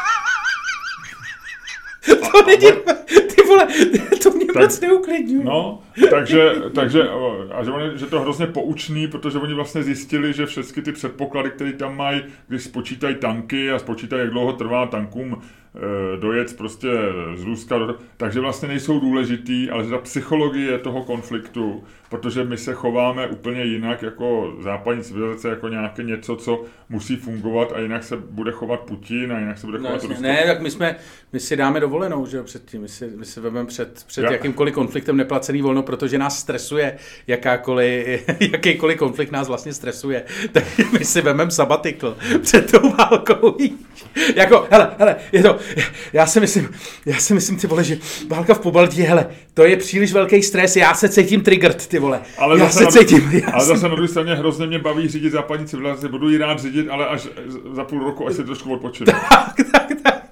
to není... Ty vole, to mě tak, moc neuklidňuje. No, takže, takže a že, oni, že to je hrozně poučný, protože oni vlastně zjistili, že všechny ty předpoklady, které tam mají, když spočítají tanky a spočítají, jak dlouho trvá tankům dojet prostě z Ruska, takže vlastně nejsou důležitý, ale že ta psychologie toho konfliktu, protože my se chováme úplně jinak jako západní civilizace, jako nějaké něco, co musí fungovat a jinak se bude chovat Putin a jinak se bude no, chovat Rusko. Ne, tak my, jsme, my si dáme dovolenou, že jo, předtím, my si, my si vezmeme před, před ja. jakýmkoliv konfliktem neplacený volno, protože nás stresuje jakákoliv, jakýkoliv konflikt nás vlastně stresuje, tak my si vezmeme sabatikl před tou válkou. Jako, hele, hele, je to, já si myslím, já si myslím, ty vole, že válka v Pobaltí, hele, to je příliš velký stres, já se cítím triggered, ty vole, ale já se na, cítím. Já ale jsem... zase na druhé straně hrozně mě baví řídit západní civilizaci, budu ji rád řídit, ale až za půl roku, až si trošku odpočinu. Tak, tak, tak.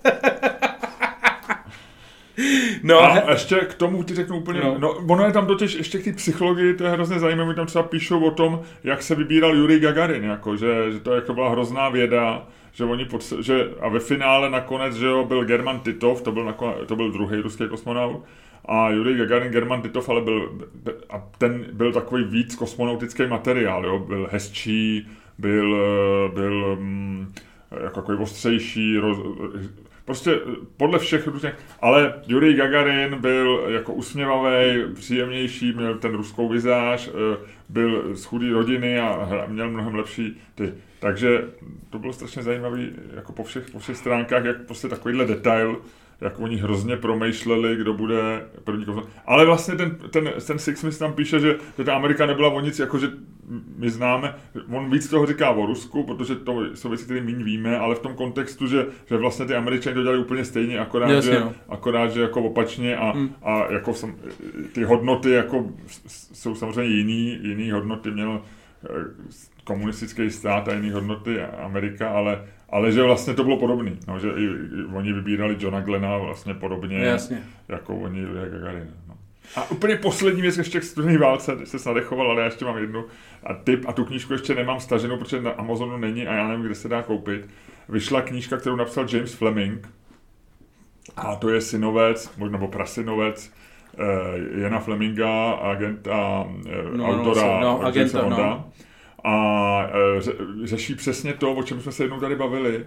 No, a he... ještě k tomu ti řeknu úplně, no, no ono je tam totiž ještě k té psychologii, to je hrozně zajímavé, tam třeba píšou o tom, jak se vybíral Jurij Gagarin, jako, že, že to jako byla hrozná věda, že oni pod, že, a ve finále nakonec, že jo, byl German Titov, to byl, nakonec, to byl druhý ruský kosmonaut, a Jurij Gagarin, German Titov, ale byl, a ten byl takový víc kosmonautický materiál, jo, byl hezčí, byl, byl mm, jako takový ostřejší, roz, prostě podle všech různých, ale Jurij Gagarin byl jako usměvavý, příjemnější, měl ten ruskou vizáž, byl z chudé rodiny a měl mnohem lepší ty. Takže to bylo strašně zajímavý jako po všech, po všech stránkách, jak prostě takovýhle detail, jak oni hrozně promýšleli, kdo bude první kosmonaut. Ale vlastně ten, ten, ten Sixsmith tam píše, že, že ta Amerika nebyla o nic, jakože my známe, on víc toho říká o Rusku, protože to jsou věci, které méně víme, ale v tom kontextu, že, že vlastně ty Američané to dělali úplně stejně, akorát, Jasně, že, no. akorát že jako opačně a, hmm. a jako sam, ty hodnoty jako jsou samozřejmě jiný, jiný hodnoty měl komunistický stát a jiný hodnoty Amerika, ale ale že vlastně to bylo podobné, no, že i, i oni vybírali Johna Glena vlastně podobně, Jasně. jako oni Jurija Gagarina. No. A úplně poslední věc ještě k studené válce, když se nadechoval, ale já ještě mám jednu a tip, a tu knížku ještě nemám staženou, protože na Amazonu není a já nevím, kde se dá koupit. Vyšla knížka, kterou napsal James Fleming a to je synovec, nebo prasynovec eh, Jana Fleminga, agenta, eh, no, autora no, agenta, Honda. No. A ře, řeší přesně to, o čem jsme se jednou tady bavili,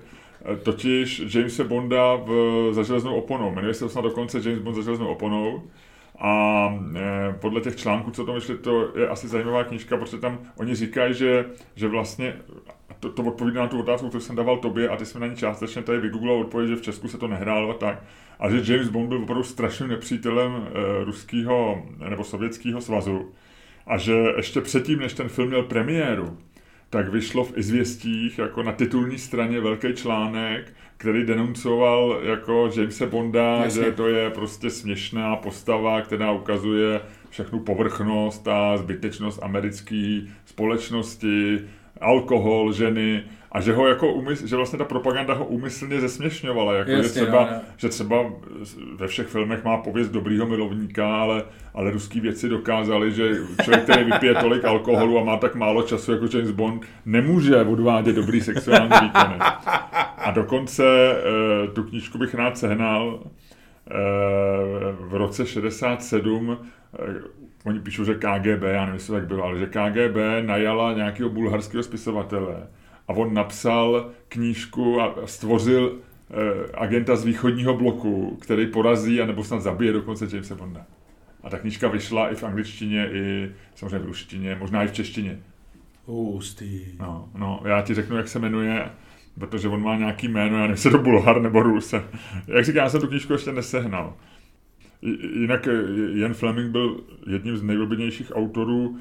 totiž Jamese Bonda v, za železnou oponou. Jmenuje se to snad dokonce James Bond za železnou oponou. A e, podle těch článků, co tam vyšly, to je asi zajímavá knížka, protože tam oni říkají, že, že vlastně, to, to odpovídá na tu otázku, kterou jsem dával tobě a ty jsme na ní částečně tady vygooglal odpověď, že v Česku se to nehrálo a tak. A že James Bond byl opravdu strašným nepřítelem e, ruského nebo sovětského svazu. A že ještě předtím, než ten film měl premiéru, tak vyšlo v Izvěstích jako na titulní straně velký článek, který denuncoval jako Jamese Bonda, Jasně. že to je prostě směšná postava, která ukazuje všechnu povrchnost a zbytečnost americké společnosti, alkohol, ženy, a že ho jako umysl, že vlastně ta propaganda ho úmyslně zesměšňovala, jako Jasně, že, třeba, no, že třeba ve všech filmech má pověst dobrýho milovníka, ale, ale ruský vědci dokázali, že člověk, který vypije tolik alkoholu a má tak málo času jako James Bond, nemůže odvádět dobrý sexuální výkony. A dokonce e, tu knížku bych rád sehnal. E, v roce šedesát sedm e, oni píšou, že K G B, já nevím, jestli tak bylo, ale že K G B najala nějakého bulharského spisovatele a on napsal knížku a stvořil eh, agenta z východního bloku, který porazí a nebo snad zabije dokonce Jamese Bonda. A ta knížka vyšla i v angličtině, i samozřejmě v ruštině, možná i v češtině. Hustý. No, no, já ti řeknu, jak se jmenuje, protože on má nějaký jméno, já nevím, jestli to Bulhar nebo Rus. Jak říkám, já jsem tu knížku ještě nesehnal. Jinak Ian Fleming byl jedním z nejoblíbenějších autorů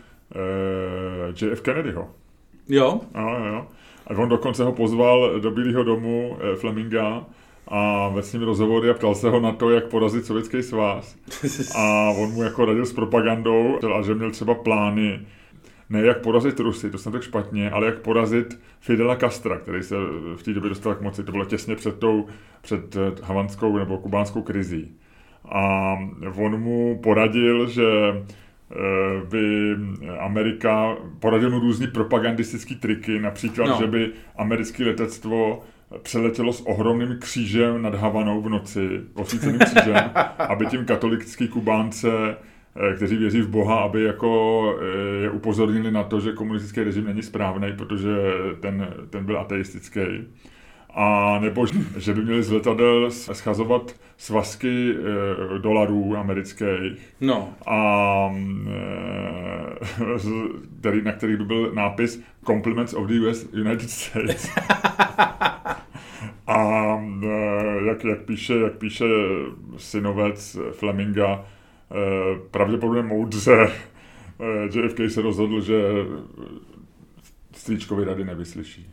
eh, J F Kennedyho. Jo. Jo, jo. A on dokonce ho pozval do Bílého domu eh, Fleminga a ve s ním rozhovory a ptal se ho na to, jak porazit Sovětský svaz. A on mu jako radil s propagandou a že měl třeba plány, ne jak porazit Rusy, to jsem tak špatně, ale jak porazit Fidela Castra, který se v té době dostal k moci. To bylo těsně před tou, před havanskou nebo kubánskou krizí. A on mu poradil, že by Amerika, poradil mu různý propagandistický triky, například, no. že by americké letectvo přeletělo s ohromným křížem nad Havanou v noci, osvíceným křížem, aby tím katolický Kubánce, kteří věří v Boha, aby jako je upozornili na to, že komunistický režim není správný, protože ten, ten byl ateistický. A nebo že by měli z letadel schazovat svazky e, dolarů amerických. No. A e, na kterých by byl nápis Compliments of the U S United States. A e, jak, jak, píše, jak píše synovec Fleminga, e, pravděpodobně moudře, e, J F K se rozhodl, že strýčkovi rady nevyslyší.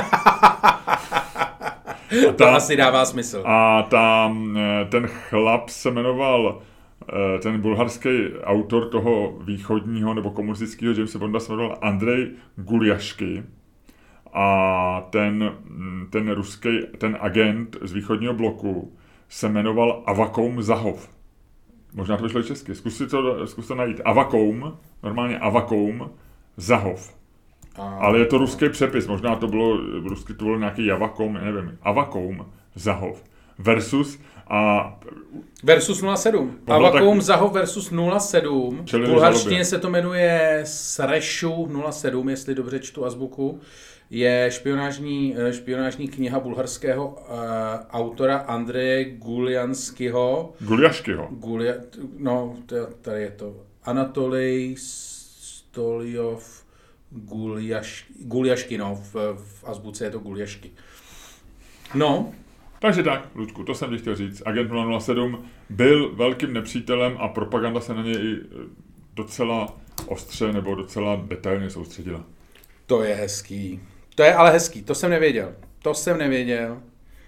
A to asi dává smysl. A tam ten chlap se jmenoval, ten bulharský autor toho východního nebo komunistického Jamesa Bonda se jmenoval Andrej Guljašky. A ten, ten ruský, ten agent z východního bloku se jmenoval Avakoum Zahov. Možná to vyšlo česky. Zkuste to, zkuste najít. Avakoum, normálně Avakoum Zahov. A... Ale je to ruský přepis, možná to bylo, rusky to bylo nějaký Javakoum, nevím, Avakoum Zahov versus a... Versus nula sedm. Avakoum tak... Zahov versus nula sedm. V bulharštině se to jmenuje Srešu nula sedm, jestli dobře čtu azbuku. Je špionážní, špionážní kniha bulharského uh, autora Andreje Guljanského. Guljaškyho. Gulja, no, tady je to. Anatolij Stolijov Guljaš, Guljašky, no, v, v azbuce je to Guljašky. No. Takže tak, Ludku, to jsem ti chtěl říct. Agent nula sedm byl velkým nepřítelem a propaganda se na něj docela ostře nebo docela detailně soustředila. To je hezký. To je ale hezký, to jsem nevěděl. To jsem nevěděl.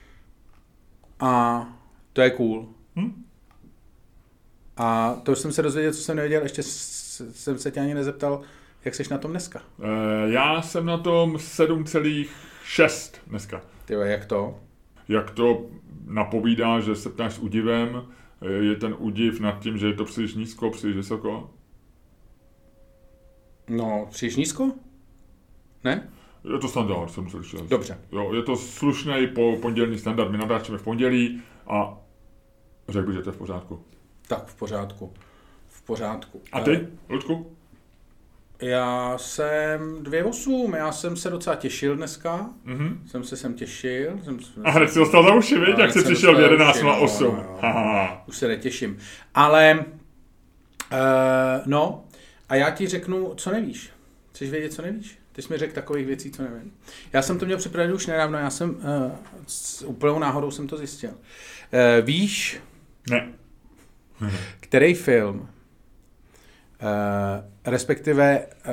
A to je cool. Hm? A to už jsem se dozvěděl, co jsem nevěděl, ještě jsem se tě ani nezeptal, jak seš na tom dneska. E, já jsem na tom sedm celá šest dneska. Tyjo, jak to? Jak to napovídá, že se ptáš s údivem, je ten údiv nad tím, že je to příliš nízko, příliš vysoko? No, příliš nízko? Ne? Je to standard, jsem slyšel. Dobře. Jo, je to slušný po pondělní standard. My natáčíme v pondělí a řekl bych, že to je v pořádku. Tak, v pořádku. V pořádku. A ty, Ludku? Já jsem dvě osm, já jsem se docela těšil dneska. Mm-hmm. Jsem se sem těšil. Jsem, a hned si dostal za uši, víš, jak jsi přišel v jedenáct nula osm. No, no. Už se netěším. Ale, uh, no, a já ti řeknu, co nevíš. Chceš vědět, co nevíš? Ty jsi mi řekl takových věcí, co nevím. Já jsem to měl připravené už nedávno, já jsem, uh, s úplnou náhodou jsem to zjistil. Uh, víš, ne. který film, uh, respektive, uh,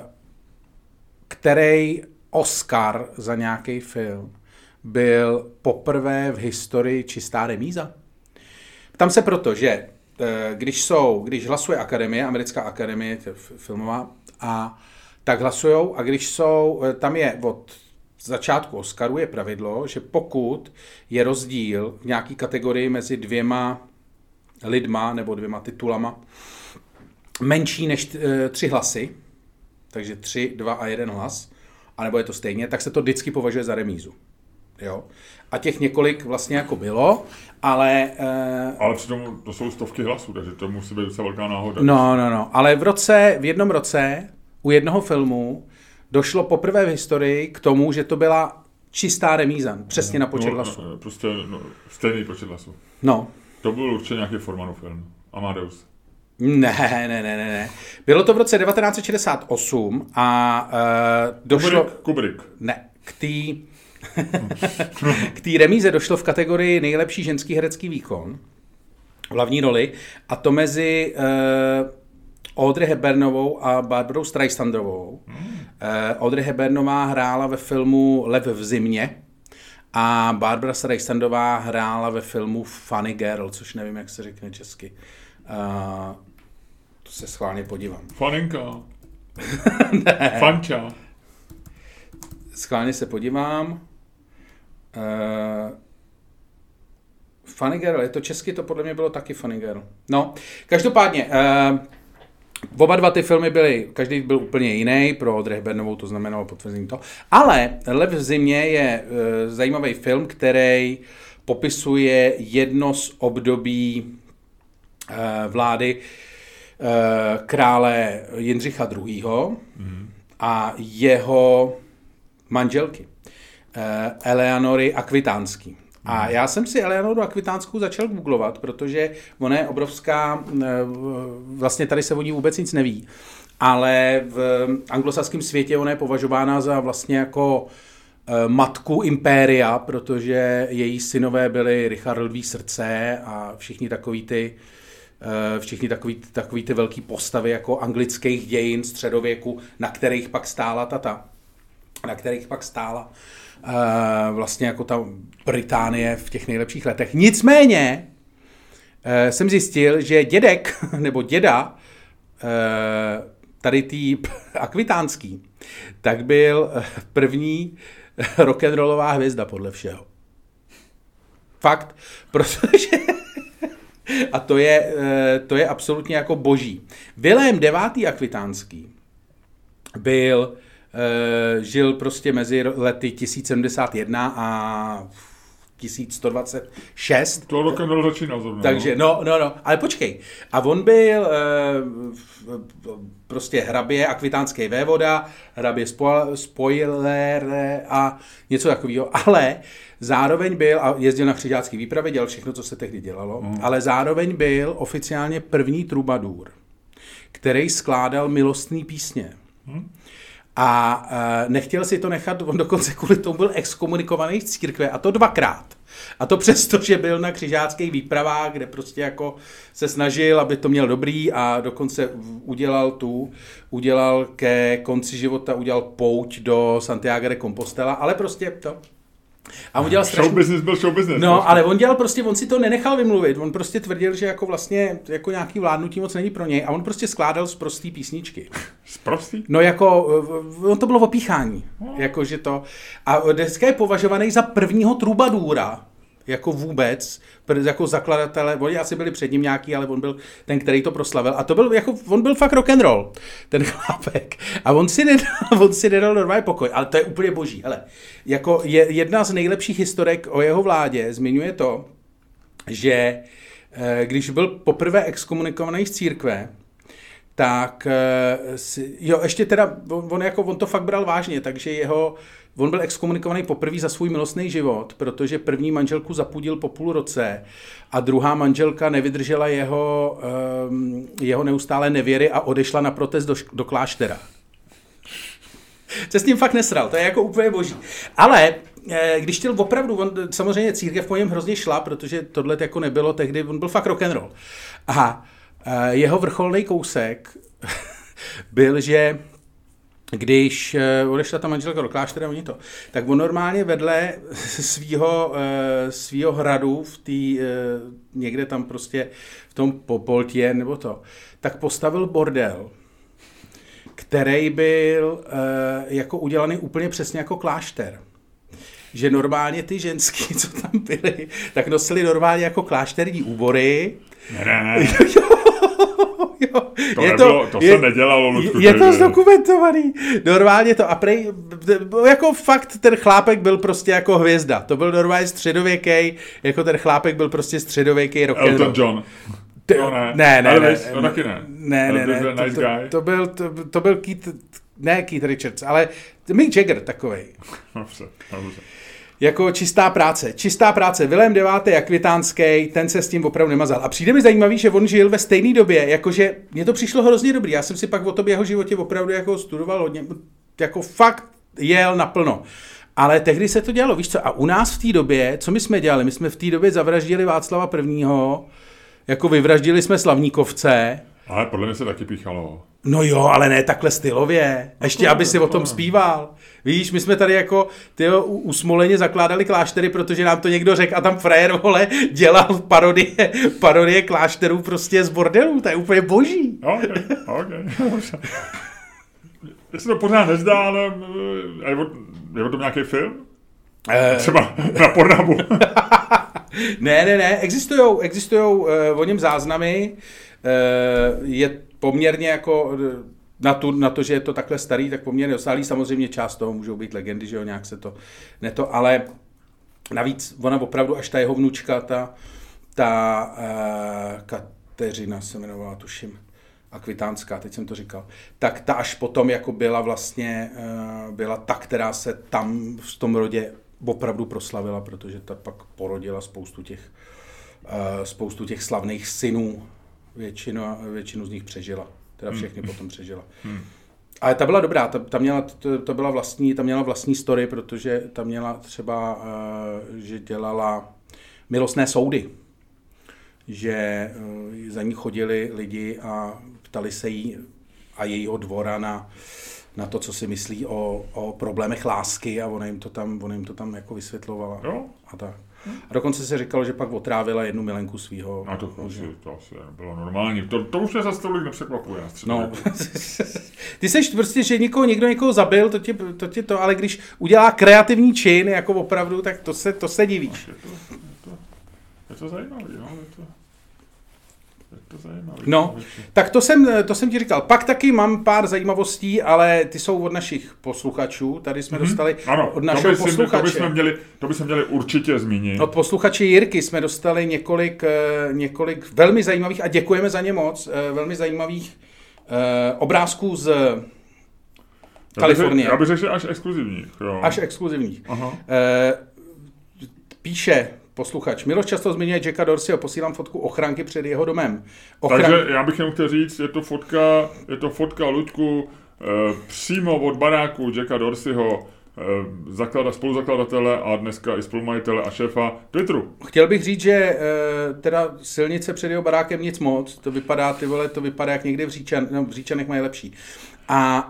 který Oscar za nějaký film byl poprvé v historii čistá remíza? Tam se proto, že uh, když jsou, když hlasuje akademie, americká akademie, filmová, a tak hlasujou a když jsou, tam je od začátku Oscaru je pravidlo, že pokud je rozdíl v nějaký kategorii mezi dvěma lidma nebo dvěma titulama menší než e, tři hlasy, takže tři, dva a jeden hlas, anebo je to stejně, tak se to vždycky považuje za remízu. Jo? A těch několik vlastně jako bylo, ale... E... Ale přitom to jsou stovky hlasů, takže to musí být docela velká náhoda. No, no, no, ale v roce, v jednom roce u jednoho filmu došlo poprvé v historii k tomu, že to byla čistá remíza, přesně na počet no, hlasů. No, prostě no, stejný počet hlasů. No. To byl určitě nějaký Formanův film. Amadeus. Ne, ne, ne, ne, ne. Bylo to v roce devatenáct set šedesát osm a uh, došlo... Kubrick. Kubrick. Ne, k té k té remíze došlo v kategorii nejlepší ženský herecký výkon, hlavní roli, a to mezi... Uh, Audrey Hepburnovou a Barbarou Streisandovou. Hmm. Uh, Audrey Hepburnová hrála ve filmu Lev v zimě a Barbara Streisandová hrála ve filmu Funny Girl, což nevím, jak se řekne česky. Uh, to se schválně podívám. Faninka. Fanča. Schválně se podívám. Uh, Funny Girl, je to česky, to podle mě bylo taky Funny Girl. No, každopádně... Uh, Oba dva ty filmy byly, každý byl úplně jiný, pro Audrey Hepburnovou to znamenalo potvrzení to, ale Lev v zimě je e, zajímavý film, který popisuje jedno z období e, vlády e, krále Jindřicha druhého. Mm. a jeho manželky. Eleanory Akvitánský. A já jsem si Eleanoru Akvitánskou začal googlovat, protože ona je obrovská, vlastně tady se o ní vůbec nic neví, ale v anglosaském světě ona je považována za vlastně jako matku impéria, protože její synové byli Richard Lví srdce a všichni takový ty všichni takový, takový ty velký postavy jako anglických dějin středověku, na kterých pak stála tata, na kterých pak stála uh, vlastně jako ta Británie v těch nejlepších letech. Nicméně uh, jsem zjistil, že dědek nebo děda uh, tady tý Akvitánský, tak byl první rock'n'rollová hvězda podle všeho. Fakt, protože a to je, to je absolutně jako boží. Vilém devátý Akvitánský byl, žil prostě mezi lety tisíc sedmdesát jedna a tisíc sto dvacet šest. To rock'n'roll začínal zrovna. Takže, no, no, no, ale počkej. A on byl prostě hrabě akvitánský vévoda, hrabě spoiler a něco takového, ale zároveň byl, a jezdil na křižácký výpravě, dělal všechno, co se tehdy dělalo, mm. ale zároveň byl oficiálně první trubadur, který skládal milostný písně. Mm. A e, nechtěl si to nechat, on dokonce kvůli tomu byl exkomunikovaný z církve, a to dvakrát. A to přesto, že byl na křižáckých výpravách, kde prostě jako se snažil, aby to měl dobrý, a dokonce udělal tu, udělal ke konci života, udělal pouť do Santiago de Compostela, ale prostě to... A on dělal strašný... Show business byl show business. No, prostě. Ale on dělal prostě, on si to nenechal vymluvit, on prostě tvrdil, že jako vlastně jako nějaký vládnutí moc není pro něj, a on prostě skládal z prostý písničky. Z prostý? No jako, on to bylo opíchání, no. Jako že to, a dneska je považovaný za prvního trubadůra, jako vůbec, jako zakladatele, oni asi byli před ním nějaký, ale on byl ten, který to proslavil, a to byl jako, on byl fakt rock and roll, ten chlápek, a on si nedal, on si nedal normální pokoj, ale to je úplně boží, hele, jako je, jedna z nejlepších historek o jeho vládě zmiňuje to, že když byl poprvé exkomunikovaný z církve, tak jo, ještě teda, on, jako, on to fakt bral vážně, takže jeho, on byl exkomunikovaný poprvé za svůj milostný život, protože první manželku zapudil po půl roce a druhá manželka nevydržela jeho, um, jeho neustálé nevěry a odešla na protest do, do kláštera. Se s tím fakt nesral, to je jako úplně boží. Ale když chtěl opravdu, on, samozřejmě církev po něm hrozně šla, protože tohle jako nebylo tehdy, on byl fakt rock'n'roll. A jeho vrcholný kousek byl, že když odešla ta manželka do kláštera, oni to, tak on normálně vedle svýho, svýho hradu v tý, někde tam prostě v tom Popoltě nebo to, tak postavil bordel, který byl jako udělaný úplně přesně jako klášter. Že normálně ty ženský, co tam byly, tak nosili normálně jako klášterní úbory. Ne, ne. Jo, to je nebylo, to, to je, se nedělalo, Ludku. Je to zdokumentovaný. Normálně to, a prej, jako fakt ten chlápek byl prostě jako hvězda. To byl normálně středověký, jako ten chlápek byl prostě středověký rock and roll. Elton John. Ty, no, ne, ne, ne, Elvis, ne, no taky ne. Ne, ne, ne, Elvis, nice to, guy. to, to, byl, to, to byl Keith, ne Keith Richards, ale Mick Jagger takovej. Dobře, dobře. Jako čistá práce. Čistá práce. Vilém devátý Akvitánský, ten se s tím opravdu nemazal. A přijde mi zajímavý, že on žil ve stejné době, jakože mně to přišlo hrozně dobrý. Já jsem si pak o tobě jeho životě opravdu jako studoval hodně, jako fakt jel naplno. Ale tehdy se to dělalo, víš co? A u nás v té době, co my jsme dělali? My jsme v té době zavraždili Václava prvního, jako vyvraždili jsme Slavníkovce. Ale podle mě se taky píchalo. No jo, ale ne takhle stylově. Ještě, aby si o tom zpíval. Víš, my jsme tady jako tyjo, usmoleně zakládali kláštery, protože nám to někdo řekl, a tam frajer, vole, dělal parodie, parodie klášterů prostě z bordelů. To je úplně boží. Ok, ok. Mně se to pořád nezdá, ale je o, je o tom nějaký film? Uh... Třeba na Pornhubu. ne, ne, ne, existujou, existujou uh, o něm záznamy. Uh, je poměrně jako na, tu, na to, že je to takhle starý, tak poměrně osálý. Samozřejmě část toho můžou být legendy, že jo, nějak se to neto, ale navíc ona opravdu až ta jeho vnučka, ta, ta uh, Kateřina se jmenovala, tuším, Akvitánská, teď jsem to říkal, tak ta až potom jako byla vlastně, uh, byla ta, která se tam v tom rodě opravdu proslavila, protože ta pak porodila spoustu těch, uh, spoustu těch slavných synů. Většinu, většinu z nich přežila. Teda všechny hmm. potom přežila. Hmm. Ale ta byla dobrá, ta, ta, měla, to, to byla vlastní, ta měla vlastní story, protože ta měla třeba, uh, že dělala milostné soudy. Že uh, za ní chodili lidi a ptali se jí a jejího dvora na, na to, co si myslí o, o problémech lásky a ona jim to tam, ona jim to tam jako vysvětlovala. Jo. A tak. A dokonce se říkalo, že pak otrávila jednu milenku svýho. A to, asi, to asi bylo normální. To, to už mě zase tolik nepřekvapuje. No. Ty seš prostě, že někoho, někdo někoho zabil, to ti to, tě to, ale když udělá kreativní čin, jako opravdu, tak to se, to se divíš. Je to, je to, je to zajímavé, no. Je to, je to zajímavé. No, tak to jsem, to jsem ti říkal. Pak taky mám pár zajímavostí, ale ty jsou od našich posluchačů. Tady jsme mm-hmm. dostali ano, od našeho to by posluchače. To bychom měli, to bychom měli určitě zmínit. Od posluchače Jirky jsme dostali několik, několik velmi zajímavých, a děkujeme za ně moc, velmi zajímavých obrázků z Kalifornie. Já bych řekl, až exkluzivních. Jo. Až exkluzivních. Aha. Píše posluchač. Miloš často zmiňuje Jacka Dorseyho, posílám fotku ochranky před jeho domem. Ochran... Takže já bych jenom chtěl říct, je to fotka, je to fotka Luďku e, přímo od baráku Jacka Dorseyho, e, zaklada, spoluzakladatele a dneska i spolumajitele a šéfa Twitteru. Chtěl bych říct, že e, teda silnice před jeho barákem nic moc, to vypadá, ty vole, to vypadá jak někde v, Říčan, no, v Říčanech mají lepší. A,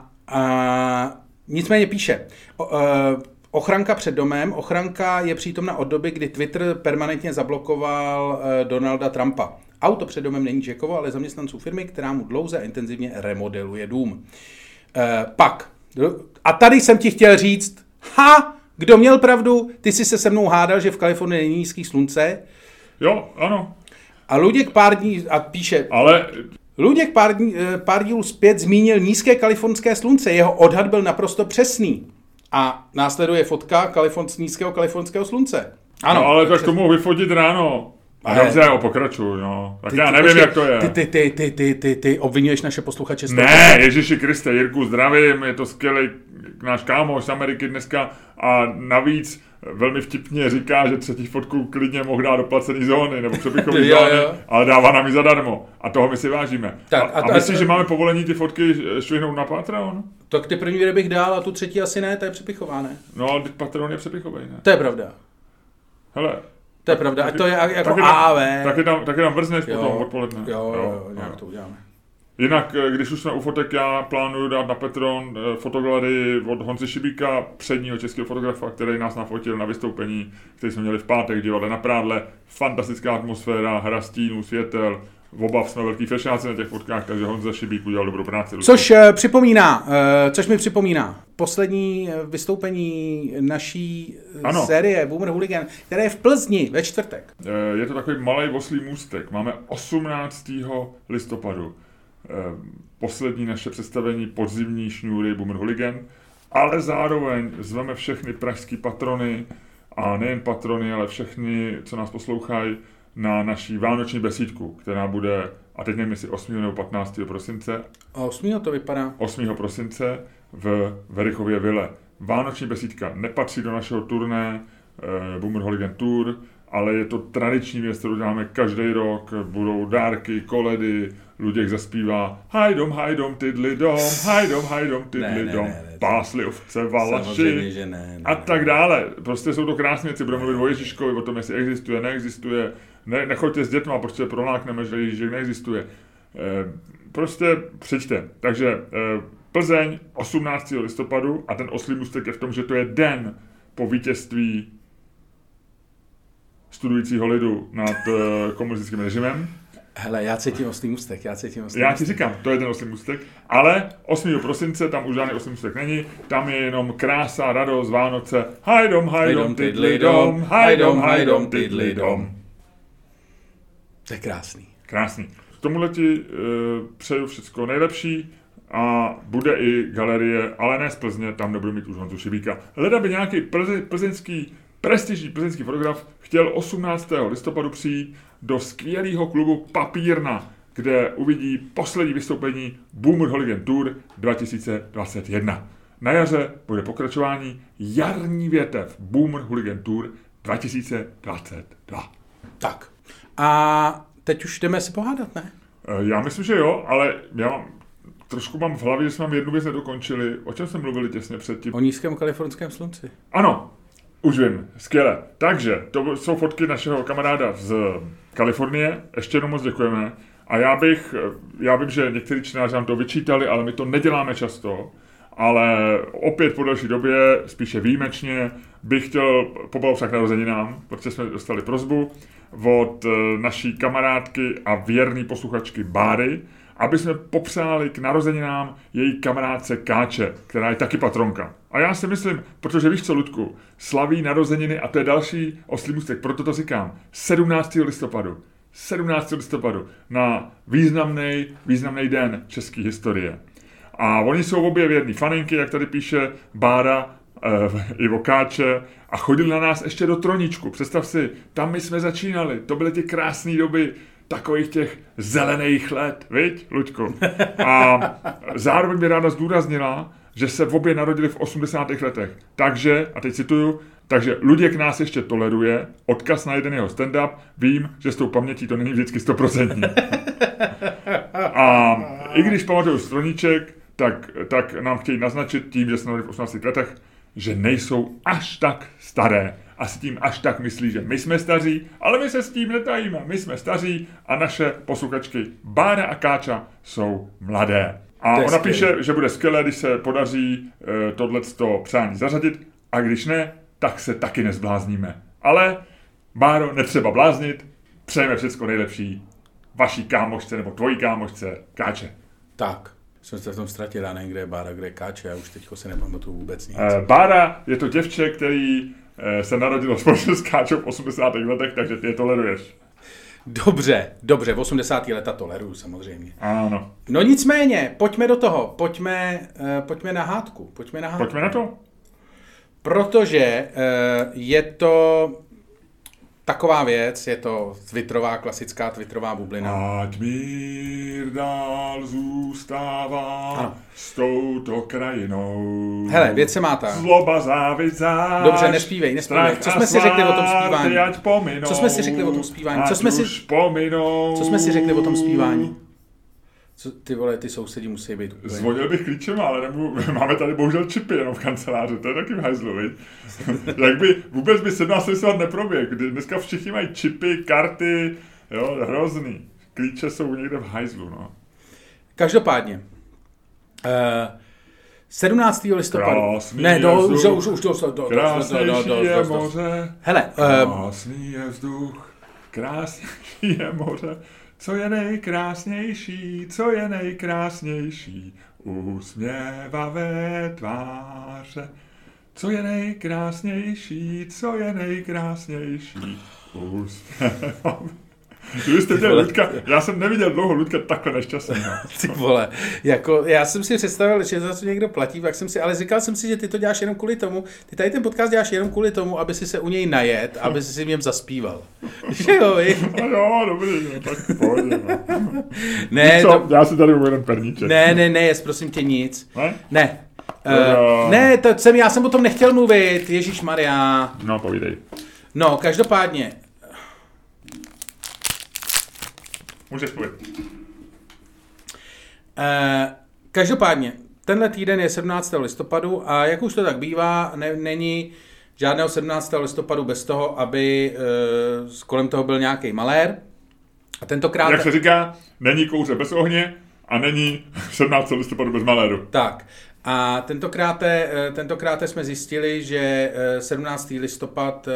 a nicméně píše, o, e, ochranka před domem. Ochranka je přítomna od doby, kdy Twitter permanentně zablokoval eh, Donalda Trumpa. Auto před domem není Jackovo, ale zaměstnanců firmy, která mu dlouze a intenzivně remodeluje dům. Eh, pak. A tady jsem ti chtěl říct, ha, kdo měl pravdu, ty jsi se se mnou hádal, že v Kalifornii není nízký slunce. Jo, ano. A Luděk pár dní, a píše... Ale... Luděk pár, dní, pár dílů zpět zmínil nízké kalifornské slunce. Jeho odhad byl naprosto přesný. A následuje fotka kalifon, nízkého kalifornského slunce. Ano. No, ale tak to mohu vyfotit ráno. A dobře, já pokračuju, no. Tak ty, já nevím, počkej, jak to je. Ty, ty, ty, ty, ty, ty, ty obvinuješ naše posluchače. Ne, Ježíši Kriste, Jirku, zdravím, je to skvělý náš kámoš z Ameriky dneska a navíc velmi vtipně říká, že třetí fotku klidně mohl dát do placený zóny nebo přepichový zóny, ale dává nám ji zadarmo. A toho my si vážíme. Tak, a, a, a myslíš, a, že máme povolení ty fotky švihnout na Patreon? Tak ty první bych dál a tu třetí asi ne, to je přepichované. No, ale Patreon je přepichový, ne? To je pravda. Hele. To je pravda, taky, a to je jako A A V. Taky tam, taky tam vrzneš potom odpoledne. Jo, jo, jo, nějak jo. To uděláme. Jinak, když už jsme u fotek, já plánuju dát na Patreon fotogalerii od Honzy Šibíka, předního českého fotografa, který nás nafotil na vystoupení, který jsme měli v pátek v divadle Na Prádle. Fantastická atmosféra, hra stínů, světel. Oba jsme velký fešáci na těch fotkách, takže Honza Šibík udělal dobrou práci. Což uh, připomíná, uh, což mi připomíná, poslední vystoupení naší ano. série Boomer Hooligan, které je v Plzni ve čtvrtek. Uh, je to takový malej oslý můstek. Máme osmnáctého listopadu. Poslední naše představení podzimní šňůry Boomer Hooligan, ale zároveň zveme všechny pražský patrony a nejen patrony, ale všechny, co nás poslouchají, na naší vánoční besídku, která bude, a teď nevím, jestli osmého nebo patnáctého prosince. A osmého to vypadá. osmého prosince v Verichově vile. Vánoční besídka nepatří do našeho turné eh, Boomer Hooligan Tour, ale je to tradiční věc, kterou děláme každý rok. Budou dárky, koledy, Luděk zaspívá hajdom, hajdom, tydli dom, hajdom, hajdom, tydli dom, pásli ovce, valaši ne, ne, a tak dále. Prostě jsou to krásné věci, budeme mluvit o Ježíškovi, o tom, jestli existuje, neexistuje. Ne, nechoďte s dětma, protože prolákneme, že Ježíšek neexistuje. E, prostě přijďte. Takže e, Plzeň osmnáctého listopadu a ten oslý můstek je v tom, že to je den po vítězství studujícího lidu nad e, komunistickým režimem. Hele, já cítím oslý můstek, já cítím oslý Já můstek. ti říkám, to je ten oslý můstek, ale osmého prosince tam už žádný oslý můstek není, tam je jenom krása, radost, Vánoce, hajdom, hajdom, tydli dom, hajdom, hajdom, tydli dom. To je krásný. Krásný. K tomuhle ti uh, přeju všecko nejlepší a bude i galerie, ale ne z Plzně, tam nebudu mít už Honzu Šibíka. Hleda by nějaký plze, plzeňský, prestižní plzeňský fotograf chtěl osmnáctého listopadu přijít do skvělého klubu Papírna, kde uvidí poslední vystoupení Boomer Hooligan Tour dva tisíce dvacet jedna. na jaře bude pokračování jarní větev Boomer Hooligan Tour dva tisíce dvacet dva. Tak. A teď už jdeme si pohádat, ne? Já myslím, že jo, ale já mám, trošku mám v hlavě, že jsme mám jednu věc nedokončili. O čem jsme mluvili těsně předtím? O nízkém kalifornském slunci. Ano, už vím, skvěle. Takže, to jsou fotky našeho kamaráda z Kalifornie, ještě jednou moc děkujeme. A já bych, já vím, že někteří čtenáři nám to vyčítali, ale my to neděláme často. Ale opět po další době, spíše výjimečně, bych chtěl poblahopřát k narozeninám, protože jsme dostali prosbu od naší kamarádky a věrné posluchačky Báry, aby jsme popřáli k narozeninám její kamarádce Káče, která je taky patronka. A já si myslím, protože víš co, Ludku, slaví narozeniny a to je další oslý můstek, proto to říkám, sedmnáctého listopadu. sedmnáctého listopadu na významný, významný den české historie. A oni jsou obě věrný faninky, jak tady píše Bára, e, Ivo Káče, a chodili na nás ještě do Troničku. Představ si, tam my jsme začínali, to byly ty krásné doby takových těch zelených let, viď, Luďku? A zároveň by ráda zdůraznila, že se obě narodili v osmdesátých letech. Takže, a teď cituju, takže Luděk nás ještě toleruje, odkaz na jeden jeho stand-up, vím, že s tou pamětí to není vždycky stoprocentní. A i když pamatuju Stroníček, tak, tak nám chtějí naznačit tím, že jsme v osmnácti letech, že nejsou až tak staré. Asi tím až tak myslí, že my jsme staří, ale my se s tím netajíme. My jsme staří a naše posluchačky Bára a Káča jsou mladé. A ona píše, že bude skvělé, když se podaří e, tohleto přání zařadit, a když ne, tak se taky nezblázníme. Ale, Báro, netřeba bláznit, přejeme všecko nejlepší vaší kámošce nebo tvojí kámošce Káče. Tak, jsem se v tom ztratil, já nevím, kde je Bára, kde je Káče, já už teďko se nepamatuju vůbec nic. E, Bára je to děvče, který e, se narodilo společně s Káčou v osmdesátých letech, takže ty je toleruješ. Dobře, dobře, v osmdesátých leta toleruju samozřejmě. Ano. No nicméně, pojďme do toho, pojďme, uh, pojďme na hádku, pojďme na hádku. Pojďme na to. Protože uh, je to taková věc, je to twitterová, klasická twitterová bublina. Ať mír dál zůstává ano. S touto krajinou. Hele, věc se má tak. Zloba, závist, zášť. Dobře, nespívej, nespívej. Co jsme si řekli o tom zpívání? Co jsme si řekli o tom zpívání? Co jsme si, co jsme si řekli o tom zpívání? Co, ty vole, ty sousedí musí být úplně. Zvonil bych klíčem, ale nebudu, máme tady bohužel čipy jenom v kanceláři, to je taky v hajzlu, viď? Jak by, vůbec by sedmnáct listopad neproběh, kdy dneska všichni mají čipy, karty, jo, hrozný. Klíče jsou někde v hajzlu, no. Každopádně. Uh, sedmnáctého listopadu. Krásný ne, do, je vzduch, už, už, už, do, do, krásnější do, do, do, je do, moře, hele, uh, krásný je vzduch, krásnější je moře. Co je nejkrásnější, co je nejkrásnější, usměvavé tváře. Co je nejkrásnější, co je nejkrásnější, usměvavé. Vy jste měl Ludka, já jsem neviděl dlouho Ludka takhle nešťastný. Ty vole, jako já jsem si představil, že za to někdo platí, tak jsem si, ale říkal jsem si, že ty to děláš jenom kvůli tomu, ty tady ten podcast děláš jenom kvůli tomu, aby si se u něj najet, aby si si v něm zaspíval. Že jo, vy? No jo, dobrý, no, tak pohodě, no. Ne, co, to... já si tady uvědem perníček. Ne, ne, ne, jest, prosím tě nic. Ne? Ne. Uh, ne, to jsem, já jsem o tom nechtěl mluvit, ježišmarja. No, povídej. No, každopádně. Můžeš povědět. Uh, každopádně, tenhle týden je sedmnáctého listopadu a jak už to tak bývá, ne, není žádného sedmnáctého listopadu bez toho, aby uh, kolem toho byl nějaký malér. A tentokrát... Jak se říká, není kouře bez ohně a není sedmnáctého listopadu bez maléru. Tak. A tentokrát, tentokrát jsme zjistili, že sedmnáctého listopad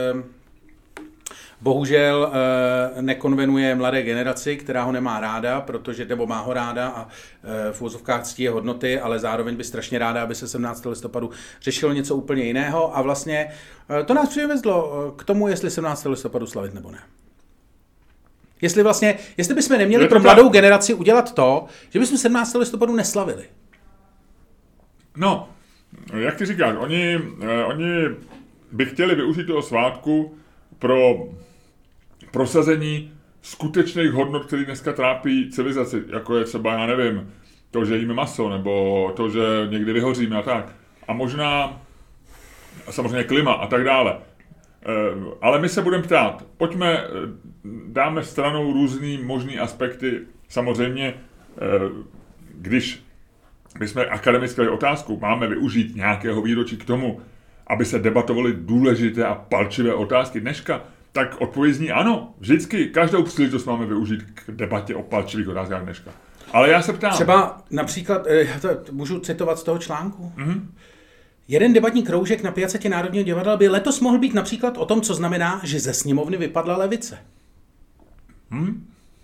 bohužel nekonvenuje mladé generaci, která ho nemá ráda, protože nebo má ho ráda a v úvozovkách ctí je hodnoty, ale zároveň by strašně ráda, aby se sedmnáctého listopadu řešilo něco úplně jiného a vlastně to nás přivezlo k tomu, jestli sedmnáctého listopadu slavit nebo ne. Jestli vlastně, jestli bychom neměli pro mladou generaci udělat to, že bychom sedmnáctého listopadu neslavili. No, jak ty říkáš, oni, eh, oni by chtěli využít toho svátku pro prosazení skutečných hodnot, které dneska trápí civilizaci, jako je třeba, já nevím, to, že jíme maso, nebo to, že někdy vyhoříme a tak. a možná samozřejmě klima a tak dále. Ale my se budeme ptát, pojďme, dáme stranou různý možný aspekty. Samozřejmě, když my jsme akademickou otázku, máme využít nějakého výročí k tomu, aby se debatovaly důležité a palčivé otázky dneška, tak odpověď zní ano. Vždycky, každou příležitost máme využít k debatě o palčivých otázkách dneška. Ale já se ptám. Třeba například, já to můžu citovat z toho článku. Mm-hmm. Jeden debatní kroužek na Piacetě Národního divadla by letos mohl být například o tom, co znamená, že ze sněmovny vypadla levice. Hmm?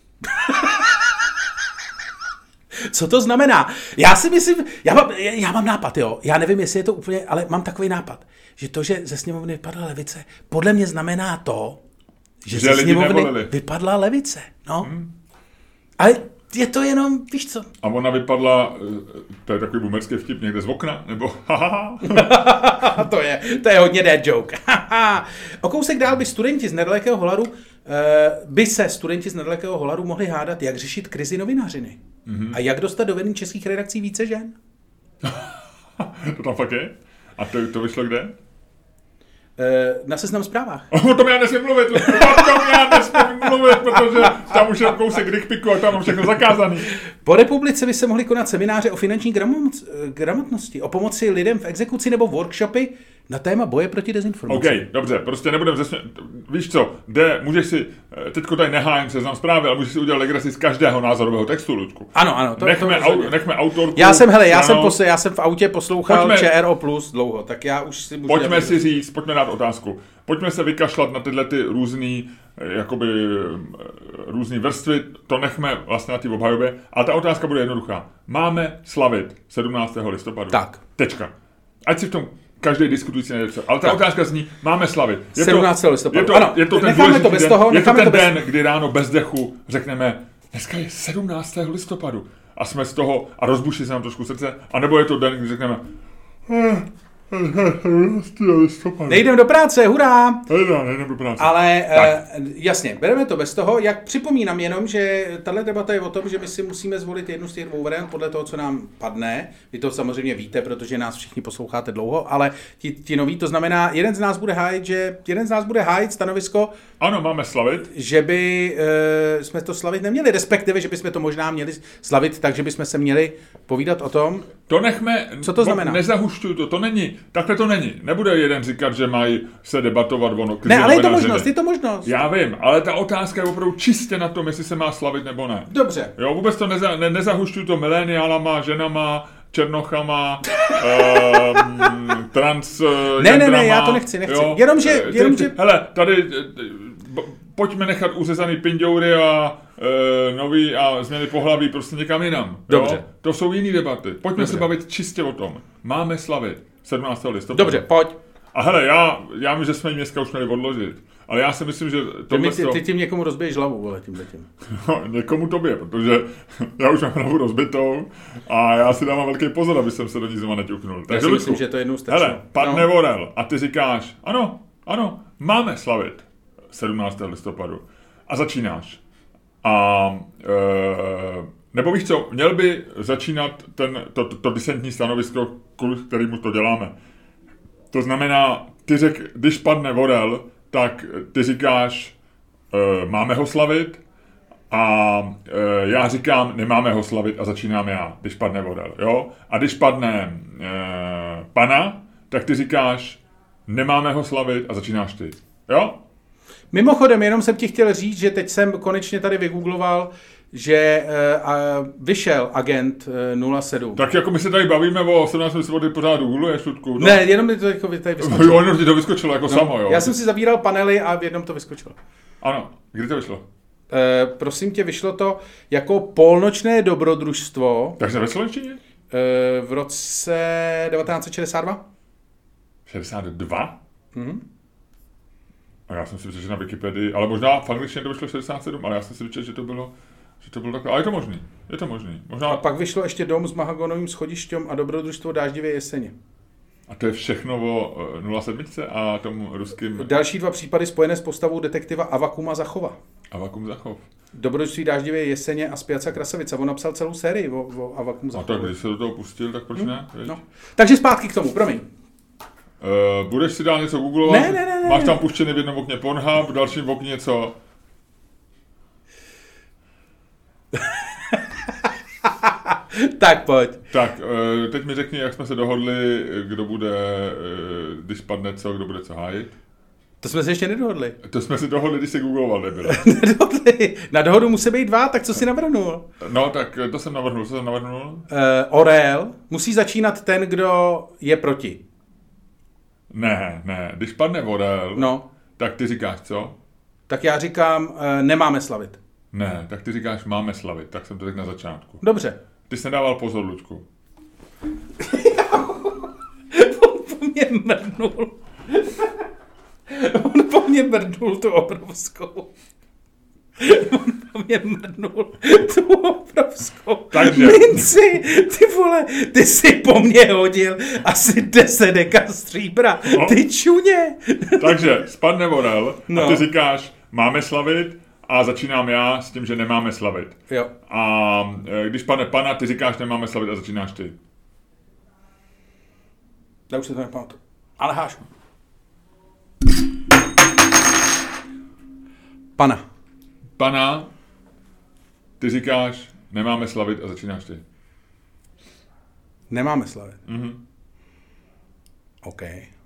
Co to znamená? Já si myslím, já mám, já mám nápad, jo. Já nevím, jestli je to úplně, ale mám takový nápad, že to, že ze sněmovny vypadla levice, podle mě znamená to, že, že ze sněmovny vypadla levice. No. Hmm. Ale je to jenom, víš co? A ona vypadla, to je takový boomerský vtip, někde z okna, nebo hahaha. to, je, to je hodně dead joke. O kousek dál by studenti z nedalekého Holadu, uh, by se studenti z nedalekého Holadu mohli hádat, jak řešit krizi novinařiny. Mm-hmm. A jak dostat do vedení českých redakcí více žen? To tam fakt je? A to, to vyšlo kde? Na Seznam Zprávách. O tom já nesmím mluvit, o tom já nesmím mluvit, protože tam už je kousek dickpiku a tam mám všechno zakázaný. Po republice by se mohly konat semináře o finanční gramotnosti, o pomoci lidem v exekuci nebo workshopy na téma boje proti dezinformacím. OK, dobře, prostě nebudeme zesmě... Víš co, jde, můžeš si, teďko tady nehájím Seznam Zprávy, ale můžeš si udělat legraci z každého názorového textu, Luďku. Ano, ano. To, nechme, to au, nechme autorku. Já jsem, hele, já jsem, posl- já jsem v autě poslouchal pojďme, ČRO plus dlouho, tak já už si můžu... Pojďme si říct, pojďme dát otázku. Pojďme se vykašlat na tyhle ty různý, jakoby, různý vrstvy, to nechme vlastně na té obhajobě, ale ta otázka bude jednoduchá. Máme slavit sedmnáctého listopadu. Tak. Tečka. Ať si v tom každý diskutující nejde. Ale ta tak. Otázka zní, máme slavit. Je sedmnáctého listopadu. Je to, ano, je to ten necháme to bez den, toho. Je to ten to bez... den, kdy ráno bez dechu řekneme, dneska je sedmnáctého listopadu. A jsme z toho, a rozbuší se nám trošku srdce, anebo je to den, kdy řekneme, nejdem do práce, hurá! Nejde, nejdem do práce. Ale e, jasně, bereme to bez toho. Jak připomínám jenom, že tahle debata je o tom, že my si musíme zvolit jednu z těch dvou variant podle toho, co nám padne. Vy to samozřejmě víte, protože nás všichni posloucháte dlouho, ale ti, ti noví, to znamená, jeden z nás bude hájit, že jeden z nás bude hájit stanovisko. Ano, máme slavit. Že by e, jsme to slavit neměli, respektive, že bychom to možná měli slavit, takže bychom se měli povídat o tom. To nechme, co to znamená? Nezahušťuj to, to není, takhle to není. Nebude jeden říkat, že mají se debatovat ono. Ne, ale je to možnost, je to možnost. Já vím, ale ta otázka je opravdu čistě na tom, jestli se má slavit nebo ne. Dobře. Jo, vůbec to neza, ne, nezahušťuj to mileniálama, ženama, černochama, um, trans... Ne, ne, ne, já to nechci, nechci. Jo, Jenomže, jenomže... Hele, tady... Pojďme nechat uřezaný pindoury a e, nový a změny pohlaví prostě někam jinam. Dobře. Jo? To jsou jiný debaty. Pojďme Dobře. se bavit čistě o tom. Máme slavit sedmnáctého listopadu. Dobře, pojď. A hele, já, já myslím, že jsme ji dneska už měli odložit. Ale já si myslím, že... Ty, ty, ty tím někomu rozbiješ hlavu, vole, tímhletím. No, někomu tobě, protože já už mám hlavu rozbitou a já si dávám velký pozor, aby jsem se do ní znovu neťuknul. Já si myslím, že to jednou stačí. Hele, padne no. Orel a ty říkáš, ano, ano, máme slavit sedmnáctého listopadu. A začínáš. A e, nebo víš co, měl by začínat ten, to, to, to disentní stanovisko, kvůli kterému to děláme. To znamená, ty řek, když padne Orel, tak ty říkáš, e, máme ho slavit, a e, já říkám, nemáme ho slavit a začínám já, když padne Orel. Jo? A když padne e, Pana, tak ty říkáš, nemáme ho slavit a začínáš ty. Jo? Mimochodem, jenom jsem ti chtěl říct, že teď jsem konečně tady vygoogloval, že uh, vyšel agent uh, nula sedm. Tak jako my se tady bavíme o sedmnáctém listopadu pořád googluješ, Ludku? No. Ne, jenom mi to jako tady vyskočilo. Jo, jenom ti to vyskočilo jako no. samo, jo. Já jsem si zavíral panely a v jednom to vyskočilo. Ano, kdy to vyšlo? Uh, prosím tě, vyšlo to jako polnočné dobrodružstvo. Takže ve slovenštině? Uh, v roce devatenáct set šedesát dva. šedesát dva? Mhm. A já jsem si vyčetl na Wikipedii, ale možná v angličtině to vyšlo šedesát sedm, ale já jsem si vyčetl, že to bylo, že to bylo takhle. Ale je to možný, je to možný. Možná... A pak vyšlo ještě Dom s mahagonovým schodištěm a Dobrodružstvo dáždivé jeseni. A to je všechno o nula sedm a tomu ruským... Další dva případy spojené s postavou detektiva Avakuma Zachova. Avakum Zachov. Dobrodružství dáždivé jeseně a Spiaca krasavica. On napsal celou sérii o, o Avakumu. A tak, když se do toho pustil, tak proč ne? Hmm. No. Takže zpátky k tomu, promiň. Uh, budeš si dál něco googlovat? Ne, ne, ne, ne. Máš tam puštěný v jednom okně Pornhub, v dalším okně co? Tak pojď. Tak, uh, teď mi řekni, jak jsme se dohodli, kdo bude, uh, když spadne co, kdo bude co hájit. To jsme se ještě nedohodli. To jsme si dohodli, když se googloval, nebylo. Nedohodli. Na dohodu musí být dva, tak co si navrhnul? No, tak to jsem navrhnul. Co jsem navrhnul? Uh, Orel. Musí začínat ten, kdo je proti. Ne, ne. Když padne Orel, no. Tak ty říkáš co? Tak já říkám, uh, nemáme slavit. Ne, tak ty říkáš, máme slavit. Tak jsem to řekl na začátku. Dobře. Ty jsi nedával pozor, Luďku. On po mě mrnul. On po mě mrnul tu obrovskou. On po mě mrnul tu obrovskou Takže. minci. Ty vole, ty jsi po mně hodil asi deset deka stříbra. No. Ty čuně. Takže spadne Orel no. A ty říkáš, máme slavit a začínám já s tím, že nemáme slavit. Jo. A když padne Pana, ty říkáš, nemáme slavit a začínáš ty. Já už se to nepamatuju. Ale háš. Pana. Pana, ty říkáš, nemáme slavit a začínáš ty. Nemáme slavit. Mhm. OK.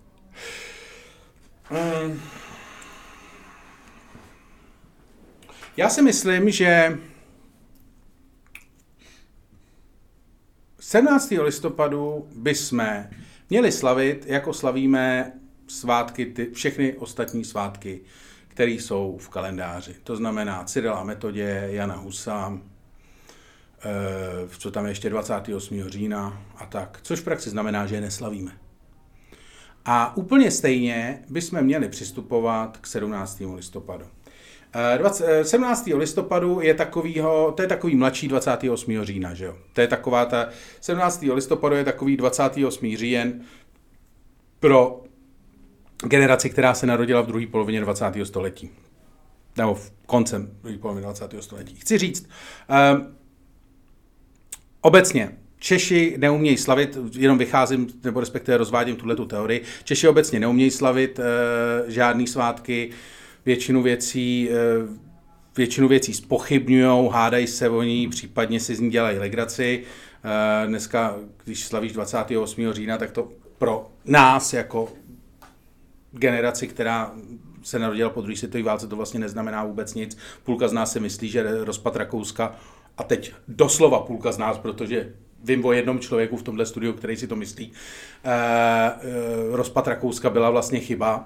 Mm. Já si myslím, že sedmnáctého listopadu bychom měli slavit, jako slavíme svátky, ty, všechny ostatní svátky, které jsou v kalendáři. To znamená Cyrila Metodě, Jana Husa, e, co tam je ještě dvacátého osmého října a tak. Což v praxi znamená, že je neslavíme. A úplně stejně bychom měli přistupovat k sedmnáctému listopadu. sedmnáctého listopadu je takovýho, to je takový mladší dvacátého osmého října, že jo? To je taková ta, sedmnáctého listopadu je takový dvacátého osmého říjen pro generaci, která se narodila v druhé polovině dvacátého století. Nebo v koncem druhé poloviny dvacátého století. Chci říct, um, obecně Češi neumějí slavit, jenom vycházím, nebo respektive rozvádím tuhletu teorii, Češi obecně neumějí slavit uh, žádný svátky, většinu věcí, uh, většinu věcí zpochybňujou, hádají se o ní, případně si z ní dělají legraci. Uh, dneska, když slavíš dvacátého osmého října, tak to pro nás jako generaci, která se narodila po druhé světové válce, to vlastně neznamená vůbec nic. Půlka z nás si myslí, že rozpad Rakouska, a teď doslova půlka z nás, protože vím o jednom člověku v tomhle studiu, který si to myslí, eh, eh, rozpad Rakouska byla vlastně chyba,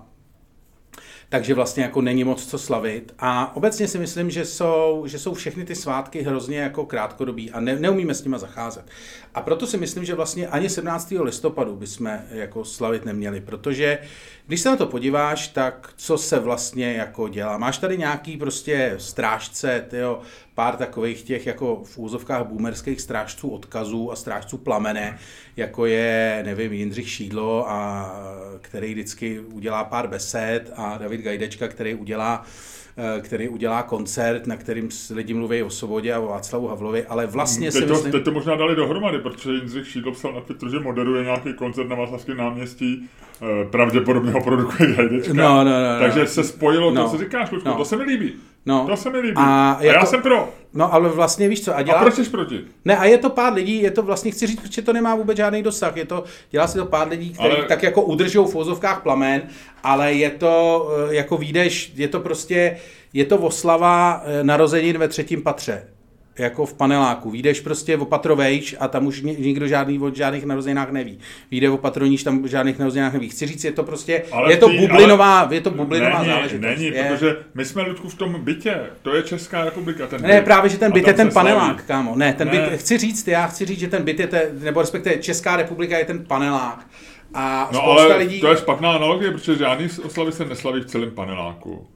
takže vlastně jako není moc co slavit. A obecně si myslím, že jsou, že jsou všechny ty svátky hrozně jako krátkodobí a ne, neumíme s nima zacházet. A proto si myslím, že vlastně ani sedmnáctého listopadu bychom jako slavit neměli, protože když se na to podíváš, tak co se vlastně jako dělá? Máš tady nějaký prostě strážce, tyjo, pár takových těch jako v úzovkách boomerských strážců odkazů a strážců plamene, jako je, nevím, Jindřich Šídlo, a který vždycky udělá pár besed, a David Gajdečka, který udělá který udělá koncert, na kterým lidi mluví o svobodě a o Václavu Havlovi, ale vlastně teď si to, myslím... Teď to možná dali dohromady, protože Jindřich Šídlo psal na Twitteru, že moderuje nějaký koncert na Václavském náměstí, pravděpodobně ho produkuje Gajdečka. No, no, no, Takže no. se spojilo no. to, co říkáš, Lučko, no. To se mi líbí. No. To se mi líbí. A, a jako... já jsem pro. No, ale vlastně víš co, a dělá... A proč jsi proti? Ne, a je to pár lidí, je to vlastně, chci říct, protože to nemá vůbec žádný dosah, je to, dělá si to pár lidí, kteří ale... tak jako udržou v uvozovkách plamen, ale je to, jako vídeš, je to prostě, je to oslava narozenin ve třetím patře. Jako v paneláku. Výjdeš prostě o patro vejš a tam už nikdo žádný o žádných narozeninách neví. Výjde o patro níž, tam žádných narozeninách neví. Chci říct, je to prostě, ale je to tý, bublinová, je to bublinová není, záležitost. Není, je. Protože my jsme, Ludku, v tom bytě. To je Česká republika. Ten ne, byt. Právě, že ten byt je ten panelák, slaví. kámo. Ne, ten ne. byt, chci říct, já chci říct, že ten byt je ten, nebo respektive Česká republika je ten panelák. A no spousta ale lidí... to je špatná analogie, protože žádný oslavy se neslaví v celém paneláku.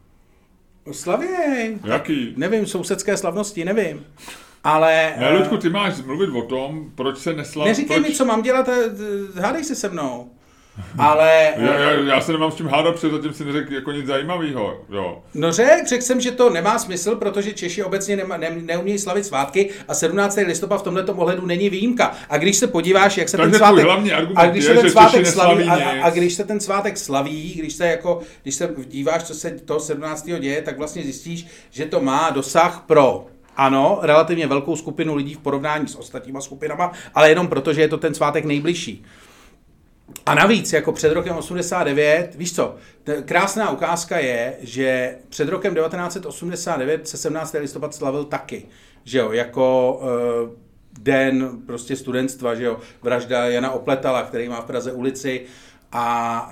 Slavěj. Jaký? Nevím, sousedské slavnosti, nevím. Ale... Ne, Luďku, ty máš mluvit o tom, proč se neslaví... Neříkej proč... mi, co mám dělat, hádej se se mnou. Ale... Já, já, já se nemám s tím hádat, protože zatím si neřekl jako nic zajímavého. Jo. No řek, řekl jsem, že to nemá smysl, protože Češi obecně nema, ne, neumějí slavit svátky a sedmnáctého listopad v tomhletom ohledu není výjimka. A když se podíváš, jak se Takže ten svátek... a když se ten svátek slaví, a, a když se ten svátek slaví, když se jako, když se díváš, co se toho sedmnáctého děje, tak vlastně zjistíš, že to má dosah pro... Ano, relativně velkou skupinu lidí v porovnání s ostatníma skupinama, ale jenom proto, že je to ten svátek nejbližší. A navíc, jako před rokem osmdesát devět, víš co, krásná ukázka je, že před rokem devatenáct set osmdesát devět se sedmnáctého listopad slavil taky, že jo, jako uh, den prostě studentstva, že jo, vražda Jana Opletala, který má v Praze ulici a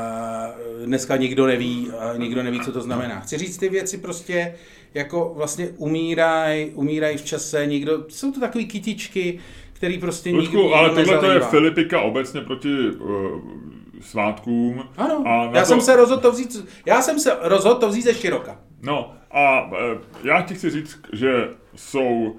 uh, dneska nikdo neví, uh, nikdo neví, co to znamená. Chci říct, ty věci prostě jako vlastně umírají, umírají v čase, nikdo, jsou to takový kytičky, který prostě Lučku, nikdo ale tohle nezalívá. to je Filipika obecně proti uh, svátkům. Ano, a já to... jsem se rozhodl to vzít, já jsem se rozhodl to vzít ze široka. No a uh, já ti chci říct, že jsou uh,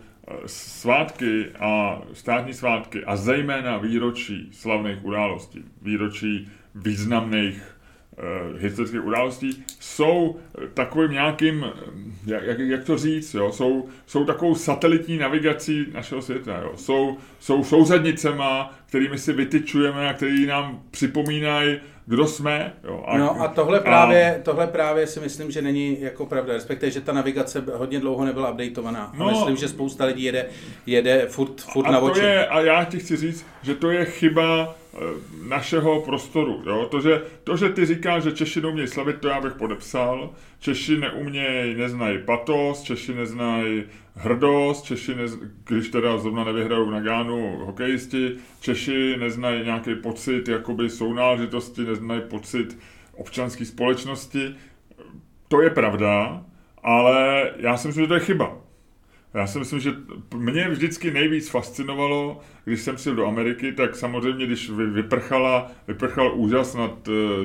svátky a státní svátky a zejména výročí slavných událostí, výročí významných uh, historických událostí jsou takovým nějakým, jak, jak, jak to říct, jo? Jsou, jsou takovou satelitní navigací našeho světa. Jo? Jsou, jsou souřadnicema, kterými si vytyčujeme a který nám připomínají, kdo jsme. Jo? A, no a tohle právě, a... tohle právě si myslím, že není jako pravda. Respektive, že ta navigace hodně dlouho nebyla updateovaná. No, a myslím, že spousta lidí jede, jede furt, furt a na to oči. Je, a já ti chci říct, že to je chyba našeho prostoru. Jo? To, že, to, že ty říkáš, že Češi neumějí slavit, to já bych podepsal. Češi neumějí, neznají patos, Češi neznají hrdost, Češi, nez, když teda zrovna nevyhrajou v Nagánu hokejisti, Češi neznají nějaký pocit jakoby sounáležitosti, neznají pocit občanské společnosti. To je pravda, ale já si myslím, že to je chyba. Já si myslím, že mě vždycky nejvíc fascinovalo, když jsem šel do Ameriky, tak samozřejmě, když vyprchala, vyprchal úžas nad,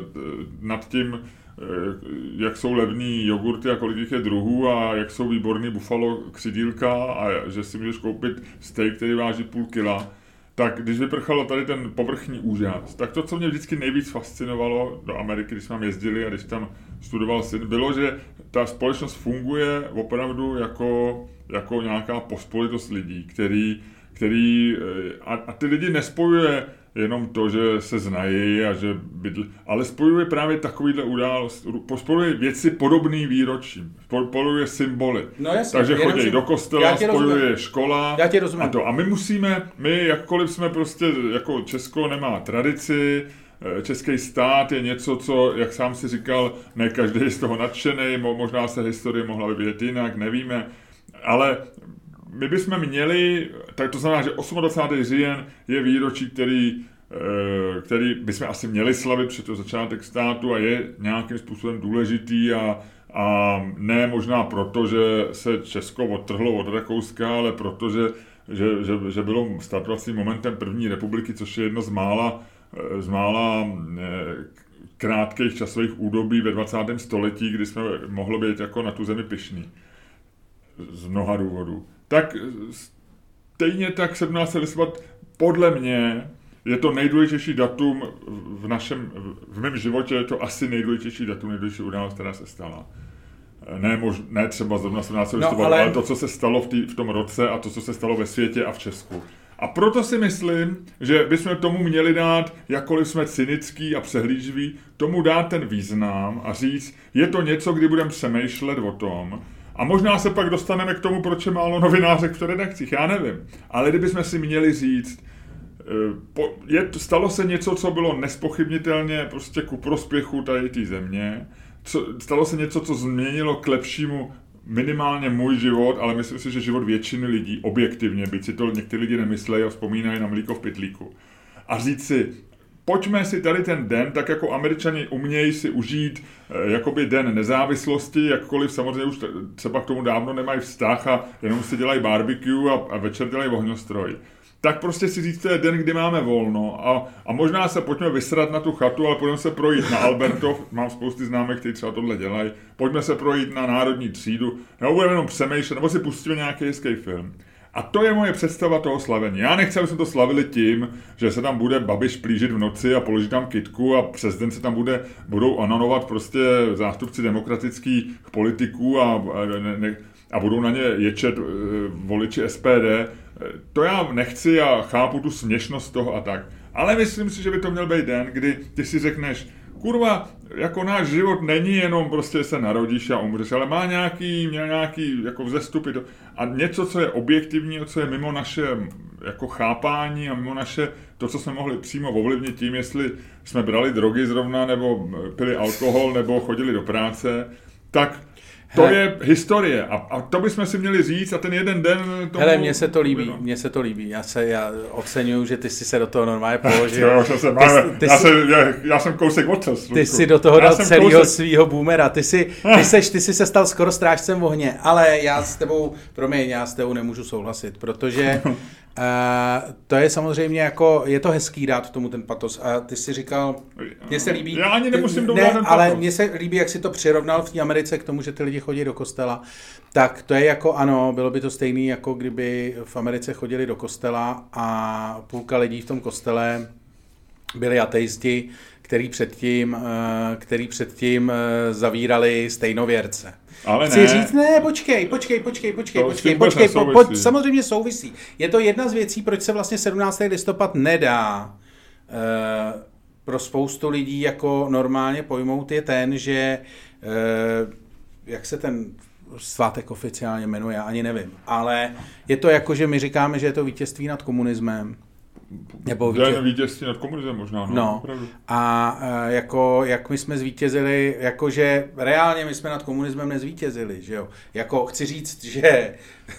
nad tím, jak jsou levný jogurty a kolik jich je druhů a jak jsou výborný buffalo křidílka a že si můžeš koupit steak, který váží půl kila, tak když vyprchalo tady ten povrchní úžas, tak to, co mě vždycky nejvíc fascinovalo do Ameriky, když jsme tam jezdili a když tam studoval syn, bylo, že ta společnost funguje opravdu jako, jako nějaká pospolitost lidí, který, který a, a ty lidi nespojuje jenom to, že se znají a že bydl, ale spojuje právě takovýhle událost, spojuje věci podobný výročím, spojuje symboly. No jasně, takže chodí si... do kostela, spojuje rozumím. Škola Já tě rozumím. a to. A my musíme, my jakkoliv jsme prostě, jako Česko nemá tradici, český stát je něco, co, jak sám si říkal, ne každý je z toho nadšený, možná se historie mohla vyvíjet jinak, nevíme, ale my bychom měli, tak to znamená, že dvacátého osmého říjen je výročí, který, který bychom asi měli slavit, protože to je začátek státu a je nějakým způsobem důležitý a, a ne možná proto, že se Česko odtrhlo od Rakouska, ale proto, že, že, že, že bylo startovacím momentem první republiky, což je jedno z mála, z mála krátkých časových údobí ve dvacátém století, kdy jsme mohli být jako na tu zemi pyšní. Z mnoha důvodů. Tak stejně tak sedmnáctého listopad podle mě je to nejdůležitější datum v našem, v mém životě je to asi nejdůležitější datum, nejdůležitější událost, která se stala. Ne, mož, ne třeba zrovna sedmnáctého listopadu, no, ale... ale to, co se stalo v, tý, v tom roce a to, co se stalo ve světě a v Česku. A proto si myslím, že bychom tomu měli dát, jakkoliv jsme cynický a přehlíživí, tomu dát ten význam a říct, je to něco, kdy budeme přemýšlet o tom. A možná se pak dostaneme k tomu, proč je málo novinářek v redakcích, já nevím. Ale kdybychom si měli říct, je, stalo se něco, co bylo nespochybnitelně prostě ku prospěchu tady té země, co, stalo se něco, co změnilo k lepšímu minimálně můj život, ale myslím si, že život většiny lidí objektivně, byť si to někteří lidi nemyslejí a vzpomínají na mlíko v pytlíku. A říct si, pojďme si tady ten den, tak jako Američani umějí si užít eh, jakoby den nezávislosti, jakkoliv samozřejmě už třeba k tomu dávno nemají vztah a jenom si dělají barbecue a, a večer dělají ohňostroj. Tak prostě si říct, to je den, kdy máme volno a, a možná se pojďme vysrat na tu chatu, ale pojďme se projít na Albertov, mám spousty známek, kteří třeba tohle dělají, pojďme se projít na Národní třídu, nebo budeme jenom přemýšlet, nebo si pustíme nějaký hezký film. A to je moje představa toho slavení. Já nechci, aby jsme to slavili tím, že se tam bude Babiš plížit v noci a položí tam kytku a přes den se tam bude, budou onanovat prostě zástupci demokratických politiků a, a, ne, a budou na ně ječet voliči S P D. To já nechci a chápu tu směšnost toho a tak. Ale myslím si, že by to měl být den, kdy ty si řekneš, kurva, jako náš život není jenom prostě se narodíš a umřeš, ale má nějaký, nějaký jako vzestupy a něco, co je objektivní, co je mimo naše jako chápání a mimo naše, to, co jsme mohli přímo ovlivnit tím, jestli jsme brali drogy zrovna, nebo pili alkohol, nebo chodili do práce, tak to Hele. je historie a, a to bychom si měli říct a ten jeden den tomu... Hele, mně se to líbí, mně se to líbí. Já se, já oceňuju, že ty jsi se do toho normálně položil. jo, já, jsem, ty, ty já, jsi, jsem, já, já jsem kousek otces. Ty jsi do toho já dal celýho kousek... svýho boomera. Ty jsi, ty, seš, ty jsi se stal skoro strážcem ohně, ale já s tebou, promiň, já s tebou nemůžu souhlasit, protože Uh, to je samozřejmě jako, je to hezký dát tomu ten patos a ty si říkal, mně se líbí, já ani nemusím ne, ale mně se líbí, jak si to přirovnal v té Americe k tomu, že ty lidi chodí do kostela, tak to je jako ano, bylo by to stejný, jako kdyby v Americe chodili do kostela a půlka lidí v tom kostele byli ateisti, který předtím, který předtím zavírali stejnověrce. Ale Chci ne. říct, ne, počkej, počkej, počkej, počkej, to počkej, počkej, po, po, samozřejmě souvisí. Je to jedna z věcí, proč se vlastně sedmnáctého listopad nedá uh, pro spoustu lidí jako normálně pojmout, je ten, že uh, jak se ten svátek oficiálně jmenuje, já ani nevím, ale je to jako, že my říkáme, že je to vítězství nad komunismem. Nebo vítěz... Den vítězství nad komunismem možná. No, no. A e, jako, jak my jsme zvítězili, jakože reálně my jsme nad komunismem nezvítězili, že jo. Jako chci říct, že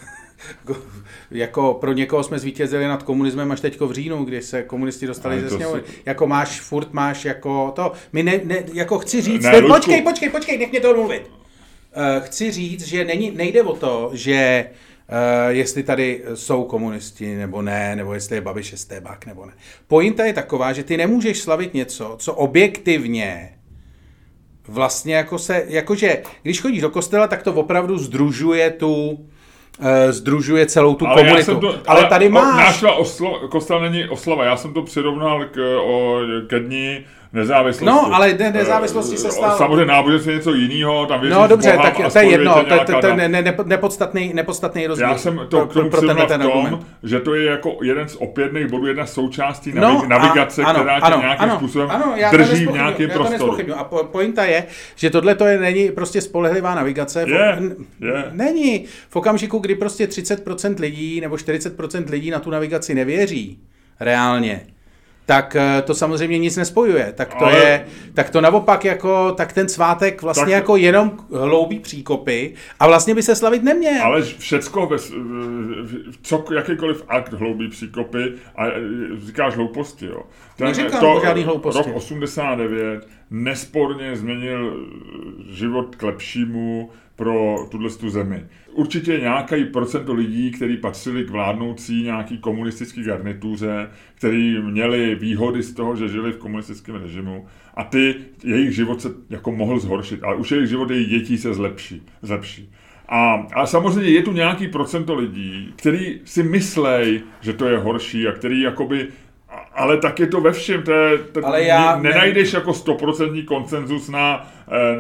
jako pro někoho jsme zvítězili nad komunismem až teďko v říjnu, kdy se komunisti dostali ze sněmovny. Si... Jako máš, furt máš jako to, my ne, ne jako chci říct, ne, ne, počkej, počkej, počkej, nech mě to mluvit. E, chci říct, že není, nejde o to, že Uh, jestli tady jsou komunisti nebo ne, nebo jestli je Babiš estébák nebo ne. Pointa je taková, že ty nemůžeš slavit něco, co objektivně vlastně jako se, jakože když chodíš do kostela, tak to opravdu sdružuje tu, uh, sdružuje celou tu ale komunitu. To, ale, ale tady máš... Náš oslo, kostel není oslava, já jsem to přirovnal k, o, ke dní nezávislosti. No, ale ne, nezávislosti se stalo. Samozřejmě náboženství je něco jiného, tam věříš no, dobře, Boha, tak to je jedno, to, to, to je ne, ne, nepodstatný, nepodstatný rozdíl. Já jsem to k tomu přirovnal v tom, argument. Že to je jako jeden z opětných bodů, jedna z součástí no, navigace, a, ano, která tě ano, nějakým ano, způsobem ano, drží v nějakém prostoru. A po, pointa je, že tohle to je, není prostě spolehlivá navigace. Je, je. Není. V okamžiku, kdy prostě třicet procent lidí nebo čtyřicet procent lidí na tu navigaci nevěří reálně, tak to samozřejmě nic nespojuje. Tak to ale... je, tak to naopak jako, tak ten svátek vlastně tak... jako jenom hloubí příkopy a vlastně by se slavit neměl. Ale všecko, co, jakýkoliv akt hloubí příkopy a říkáš hlouposti, jo. Ten, Neříkám to, žádný hlouposti. Rok osmdesát devět nesporně změnil život k lepšímu pro tuto zemi. Určitě nějaký procento lidí, kteří patřili k vládnoucí nějaký komunistický garnituře, kteří měli výhody z toho, že žili v komunistickém režimu a ty, jejich život se jako mohl zhoršit, ale už jejich život, jejich dětí se zlepší. zlepší. A, a samozřejmě je tu nějaký procento lidí, kteří si myslej, že to je horší a který jakoby ale tak je to ve všem, to je, to ale já nenajdeš ne... jako stoprocentní konsenzus na,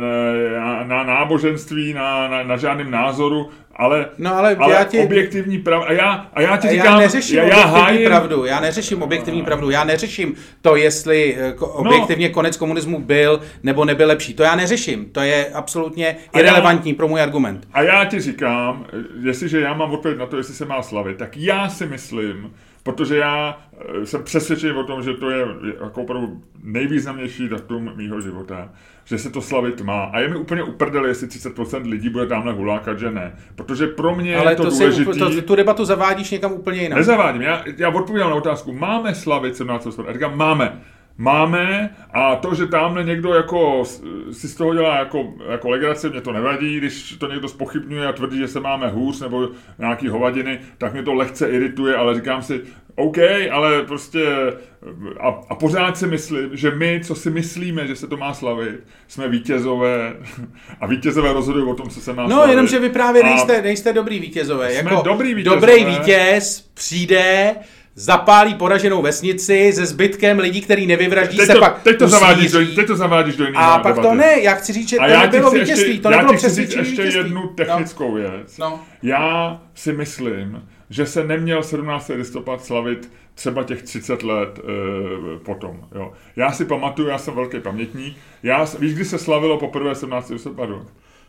na, na náboženství, na, na, na žádném názoru, ale, no ale, ale já ti... objektivní pravdu. A já, a já ti říkám, já neřeším já, já objektivní hájím... pravdu, já neřeším objektivní pravdu, já neřeším to, jestli objektivně no. konec komunismu byl nebo nebyl lepší. To já neřeším, to je absolutně irelevantní já, pro můj argument. A já ti říkám, jestliže já mám odpověď na to, jestli se má slavit, tak já si myslím, protože já jsem přesvědčený o tom, že to je jako opravdu nejvýznamnější datum mýho života, že se to slavit má. A je mi úplně uprdel, jestli třicet procent lidí bude tamhle hulákat, že ne. Protože pro mě ale je to, to důležitý... Ale to, tu debatu zavádíš někam úplně jinam. Nezavádím. Já, já odpovídám na otázku. Máme slavit sedmnáctého listopadu? A říkám, máme. máme a to, že tamhle někdo jako si z toho dělá jako, jako legraci, mě to nevadí, když to někdo zpochybňuje a tvrdí, že se máme hůř nebo nějaký hovadiny, tak mě to lehce irituje, ale říkám si, OK, ale prostě a, a pořád si myslím, že my, co si myslíme, že se to má slavit, jsme vítězové a vítězové rozhodují o tom, co se má no, slavit. No, jenomže vy právě nejste, nejste dobrý vítězové. Jsme jako dobrý vítězové. Dobrý vítěz přijde, zapálí poraženou vesnici se zbytkem lidí, který nevyvraždí, teď se to, pak teď to, zavádíš do, teď to zavádíš do jiného A pak debaty. to ne, já chci říct, že to a nebylo vítězství, ještě, to nebylo přesvědčivý vítězství. ještě jednu technickou no. věc. No. Já si myslím, že se neměl sedmnáctého listopad slavit třeba těch třicet let e, potom. Jo. Já si pamatuju, já jsem velký pamětník. Já, víš, kdy se slavilo poprvé sedmnáctého listopadu?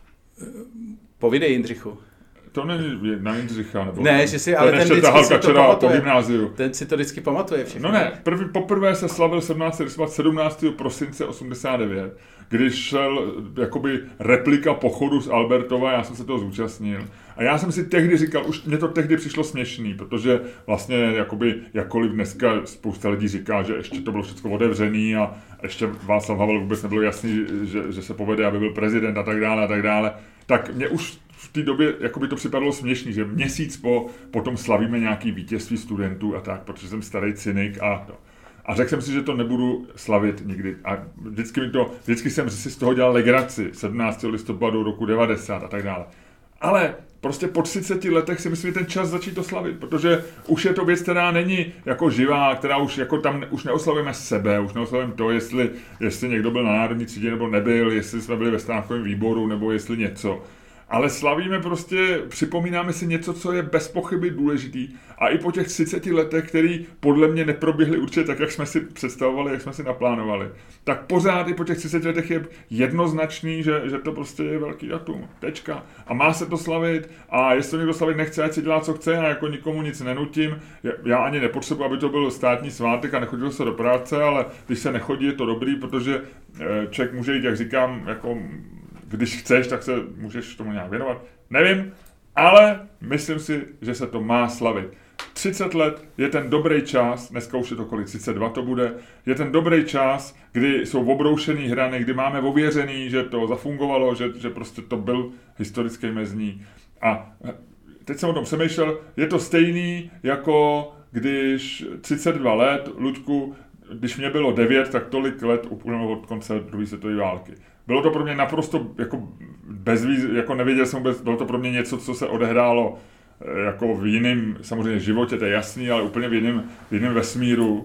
Povídej, Jindřichu. To není na Jindřicha, nebo... Ne, že si, ale ten vždycky si to pamatuje. Ten si to vždycky pamatuje všechno. No ne, prvý, poprvé se slavil sedmnáctého listopadu sedmnáctého prosince osmdesát devět, když šel jakoby replika pochodu z Albertova, já jsem se toho zúčastnil. A já jsem si tehdy říkal, už mě to tehdy přišlo směšný, protože vlastně jakoby, jakkoliv dneska spousta lidí říká, že ještě to bylo všechno otevřený a ještě Václav Havel vůbec nebylo jasný, že, že se povede, aby byl prezident a tak dále a tak dále, tak mě už v té době jakoby to připadalo směšný, že měsíc po potom slavíme nějaký vítězství studentů a tak, protože jsem starý cynik a to. A řekl jsem si, že to nebudu slavit nikdy. A vždycky, mi to, vždycky jsem si z toho dělal legraci, sedmnáctého listopadu roku devadesát a tak dále. Ale prostě po třiceti letech si myslím, že ten čas začít to slavit, protože už je to věc, která není jako živá, která už jako tam už neoslavujeme sebe, už neoslavujeme to, jestli, jestli někdo byl na národní třídě nebo nebyl, jestli jsme byli ve stávkovém výboru nebo jestli něco. Ale slavíme prostě, připomínáme si něco, co je bez pochyby důležitý. A i po těch třiceti letech, který podle mě neproběhly určitě tak, jak jsme si představovali, jak jsme si naplánovali, tak pořád i po těch třiceti letech je jednoznačný, že, že to prostě je velký datum. Tečka. A má se to slavit a jestli to někdo slavit nechce, ať si dělá, co chce, a jako nikomu nic nenutím. Já ani nepotřebuji, aby to byl státní svátek a nechodilo se do práce, ale když se nechodí, je to dobrý, protože člověk může jít, jak říkám, jako když chceš, tak se můžeš tomu nějak věnovat. Nevím, ale myslím si, že se to má slavit. třicet let je ten dobrý čas, dneska už je to kolik, třicet dva to bude, je ten dobrý čas, kdy jsou obroušený hrany, kdy máme ověřený, že to zafungovalo, že, že prostě to byl historický mezník. A teď jsem o tom přemýšlel, je to stejný, jako když třicet dva let, Luďku, když mě bylo devět, tak tolik let uplynulo od konce druhé světové války. Bylo to pro mě naprosto jako bezvíz, jako nevěděl jsem vůbec, bylo to pro mě něco, co se odehrálo jako v jiném samozřejmě životě, to je jasný, ale úplně v jiném, v jiném vesmíru,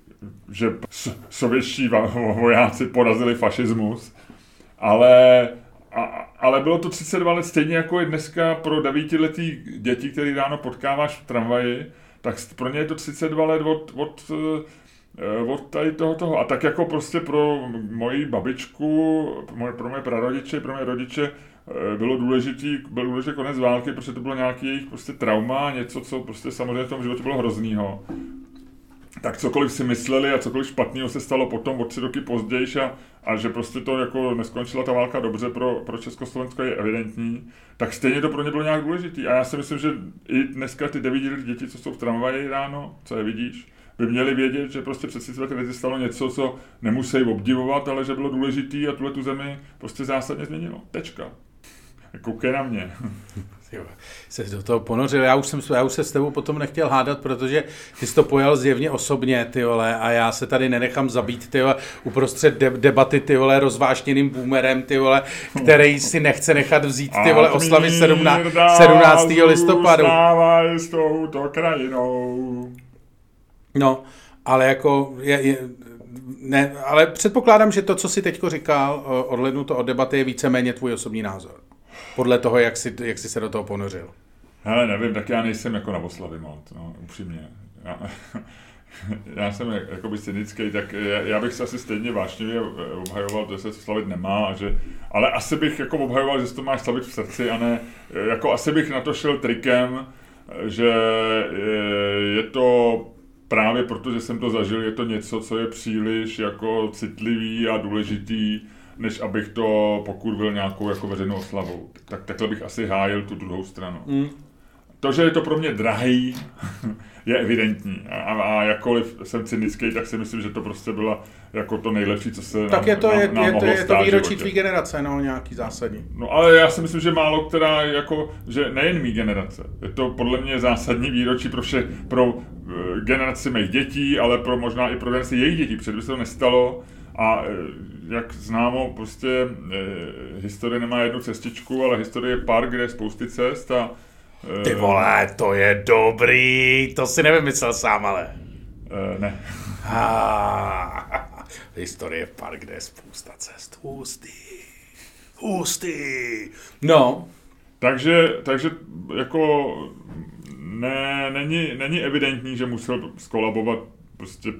že sovětští vojáci porazili fašismus, ale, a, ale bylo to třicet dva let stejně jako je dneska pro devítiletý děti, který ráno potkáváš v tramvaji, tak pro ně je to třicet dva let od, od od tady toho, toho. A tak jako prostě pro moji babičku, pro moje prarodiče, pro moje rodiče bylo důležitý, byl důležitý konec války, protože to bylo nějaký jejich prostě trauma, něco, co prostě samozřejmě v tom životě bylo hroznýho. Tak cokoliv si mysleli a cokoliv špatného se stalo potom o tři roky později a, a že prostě to jako neskončila ta válka dobře pro, pro Československo je evidentní, tak stejně to pro ně bylo nějak důležitý. A já si myslím, že i dneska ty devítiletí děti, co jsou v tramvaji ráno, co je vidíš, by měli vědět, že prostě před třiceti lety stalo něco, co nemusí obdivovat, ale že bylo důležitý a tuhle tu zemi prostě zásadně změnilo. Tečka. Koukej na mě. Jo, se do toho ponořil. Já už, jsem, já už se s tebou potom nechtěl hádat, protože ty jsi to pojal zjevně osobně, ty vole, a já se tady nenechám zabít, ty vole, uprostřed de- debaty, ty vole, rozvášněným boomerem, ty vole, který si nechce nechat vzít, ty vole, oslavy sedmnáctého listopadu. Zůstávaj s touto krajinou. No, ale jako, je, je, ne, ale předpokládám, že to, co jsi teďko říkal, odhlednu to od debaty, je víceméně tvůj osobní názor. Podle toho, jak jsi, jak jsi se do toho ponořil. Hele, nevím, tak já nejsem jako na oslavy moc, no, upřímně. Já, já jsem jakoby cynický, tak já, já bych se asi stejně vášnivě obhajoval, že se slavit nemá, a že, ale asi bych jako obhajoval, že si to máš slavit v srdci, a ne, jako asi bych na to šel trikem, že je, je to právě proto, že jsem to zažil, je to něco, co je příliš jako citlivý a důležitý, než abych to, pokud byl nějakou jako veřejnou oslavou. Tak takhle bych asi hájil tu druhou stranu. Mm. to, že je to pro mě drahý, je evidentní. A, a jakkoliv jsem cynický, tak si myslím, že to prostě bylo jako to nejlepší, co se tak nám, je to, nám, je, nám je, mohlo je to stát výročí životě. tvý generace, no, nějaký zásadní. No ale já si myslím, že málo která, jako, že nejen mý generace. Je to podle mě zásadní výročí pro vše, pro uh, generaci mých dětí, ale pro možná i pro generaci jejich dětí, protože by se to nestalo. A uh, jak známo, prostě uh, historie nemá jednu cestičku, ale historie je park, kde je spousty cest a uh, Ty vole, to je dobrý, to si nevymyslel sám, ale. Uh, ne. Ah, historie park, kde je spousta cest. Hustý. Hustý. No. Takže, takže jako ne, není, není evidentní, že musel skolabovat prostě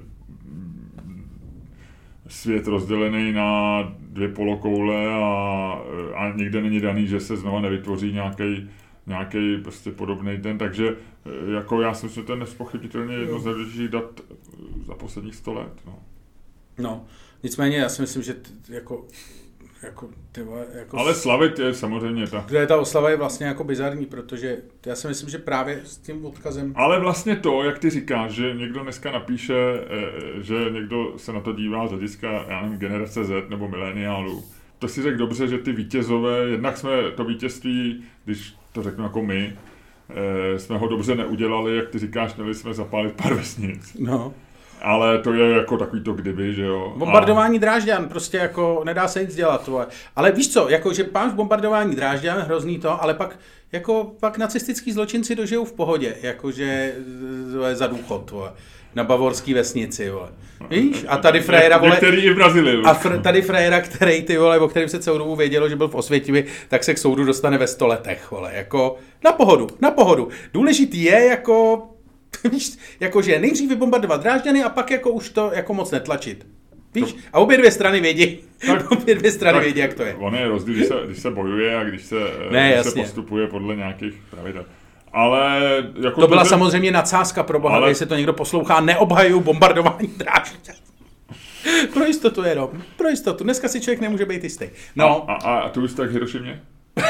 svět rozdělený na dvě polokoule a, a nikde není daný, že se znova nevytvoří nějaký nějaký prostě podobný ten, takže jako já si myslím, že to je nespochybnitelně jedno z nejdůležitějších dat za posledních sto let. No. No, nicméně já si myslím, že t, jako, jako, ty vole, jako... Ale slavit je samozřejmě ta... Kde ta oslava je vlastně jako bizarní, protože já si myslím, že právě s tím odkazem... Ale vlastně to, jak ty říkáš, že někdo dneska napíše, že někdo se na to dívá z hlediska, já nevím, generace Z nebo mileniálů, to si řekl dobře, že ty vítězové, jednak jsme to vítězství, když to řeknu jako my, jsme ho dobře neudělali, jak ty říkáš, měli jsme zapálit pár vesnic. No. Ale to je jako takový to kdyby, že jo. Bombardování a... Drážďan, prostě jako nedá se nic dělat. Tvoje. Ale víš co, jako že máš bombardování Drážďan, hrozný to, ale pak jako pak nacistický zločinci dožijou v pohodě, jakože za důchod, tvoje. Na bavorský vesnici, vole. Víš? A tady frajera, vole... Některý i v Brazílii. A fr- tady frajera, který, ty vole, o kterém se celou dobu vědělo, že byl v Osvětimi, tak se k soudu dostane ve sto letech, vole. Jako na pohodu, na pohodu. Důležitý je, jako... Víš, jakože nejdřív vybombardovat Drážďany a pak jako už to jako moc netlačit. Víš? A obě dvě strany vědí, tak, obě dvě strany tak, vědí, jak to je. On je rozdíl, když se, když se bojuje a když se, ne, když se postupuje podle nějakých pravidel. Ale jako to byla to, samozřejmě nadsázka pro boha, ale... když se to někdo poslouchá, neobhajují bombardování Drážďan. Pro jistotu jenom, pro jistotu. Dneska si člověk nemůže být jistý. No. A, a, a tu už tak Hirošimě?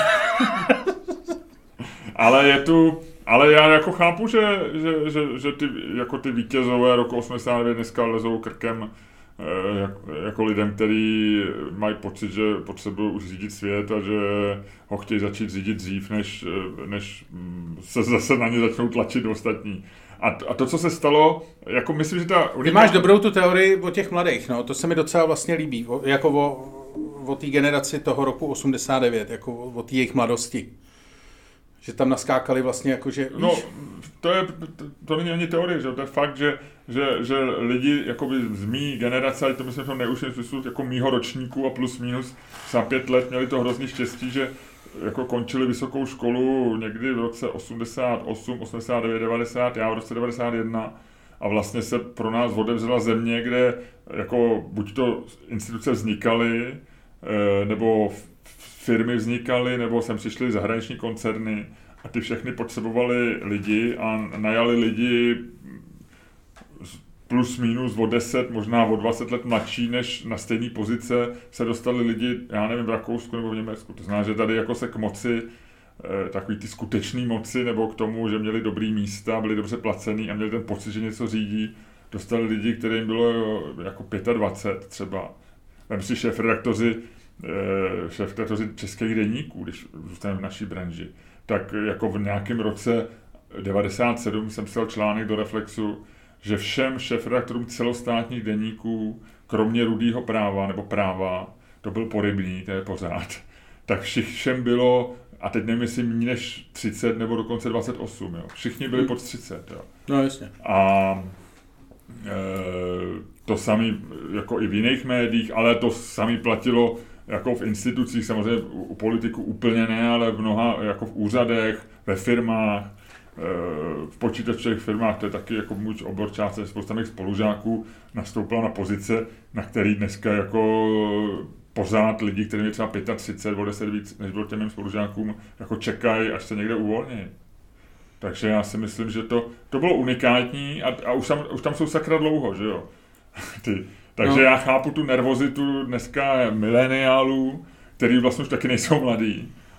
Ale je tu... Ale já jako chápu, že, že, že, že ty, jako ty vítězové roku osmdesát devět dneska lezou krkem eh, jak, jako lidem, kteří mají pocit, že potřebují už řídit svět a že ho chtějí začít řídit dřív, než, než se zase na ně začnou tlačit ostatní. A, a to, co se stalo, jako myslím, že ta... Uniká... Ty máš dobrou tu teorii o těch mladých, no, to se mi docela vlastně líbí, o, jako o, o té generaci toho roku osmdesát devět, jako o, o té jejich mladosti. Že tam naskákali vlastně jako, že... No, to, je, to, to není ani teorie, že to je fakt, že, že, že lidi jakoby z mý generace, a to myslím v tom nejúžším smyslu, jako mýho ročníku a plus minus za pět let měli to hrozný štěstí, že jako končili vysokou školu někdy v roce osmdesát osm, osmdesát devět, devadesát, já v roce devadesát jedna a vlastně se pro nás otevřela země, kde jako buď to instituce vznikaly, nebo firmy vznikaly, nebo sem přišly zahraniční koncerny a ty všechny potřebovaly lidi a najali lidi plus minus o deset, možná o dvacet let mladší, než na stejné pozice se dostali lidi, já nevím, v Rakousku nebo v Německu. To znamená, že tady jako se k moci, takový ty skutečný moci, nebo k tomu, že měli dobrý místa, byli dobře placený a měli ten pocit, že něco řídí, dostali lidi, kterým bylo jako dvacet pět třeba. Vem si šéfredaktoři šéfredaktoři českých deníků, když zůstaneme v naší branži, tak jako v nějakém roce devadesát sedm jsem psal článek do Reflexu, že všem šéfredaktorům celostátních deníků, kromě Rudýho práva nebo práva, to byl Porybný, to je pořád, tak všem bylo, a teď nevím, jestli méně než třicet nebo dokonce dvacet osm, jo. Všichni byli pod třicet. Jo. No jasně. A e, to samé jako i v jiných médiích, ale to samé platilo jako v institucích, samozřejmě u politiků úplně ne, ale v mnoha, jako v úřadech, ve firmách, v počítačových firmách, to je taky jako můj obor část, spousta mých spolužáků nastoupila na pozice, na který dneska jako pořád lidi, kterým je třeba třicet pět, o deset víc, než bylo těm mým spolužákům, jako čekají, až se někde uvolní. Takže já si myslím, že to, to bylo unikátní a, a už, tam, už tam jsou sakra dlouho, že jo. Ty. Takže no. Já chápu tu nervozitu dneska mileniálů, který vlastně už taky nejsou mladí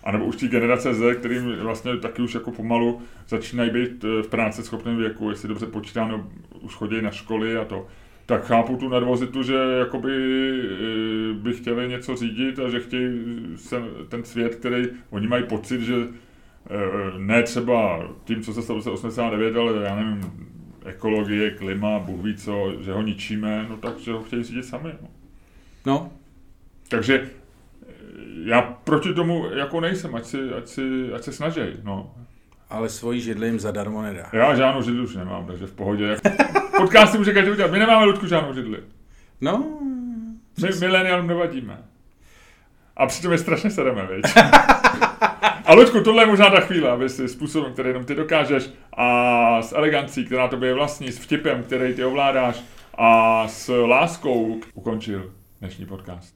A nebo už ty generace Z, kterým vlastně taky už jako pomalu začínají být v práci schopném věku, jestli dobře počítám, no, už chodí na školy a to. Tak chápu tu nervozitu, že jakoby by chtěli něco řídit a že chtějí se, ten svět, který oni mají pocit, že ne třeba tím, co se stalo v roce osmdesát devět, ale já nevím, ekologie, klima, Bůh ví co, že ho ničíme, no tak, že ho chtějí řídit sami. No. no. Takže já proti tomu jako nejsem, ať, si, ať, si, ať se snažej, no. Ale svoji židli jim zadarmo nedá. Já žádnou židli už nemám, takže v pohodě. Podcasty může každý udělat, my nemáme, Ludku, žádnou židli. No. My mileniálům nevadíme. A přitom je strašně sedeme, viď? A Luďku, tohle je možná ta chvíle, aby si způsobem, který jenom ty dokážeš a s elegancí, která tobě je vlastní, s vtipem, který ty ovládáš a s láskou ukončil dnešní podcast.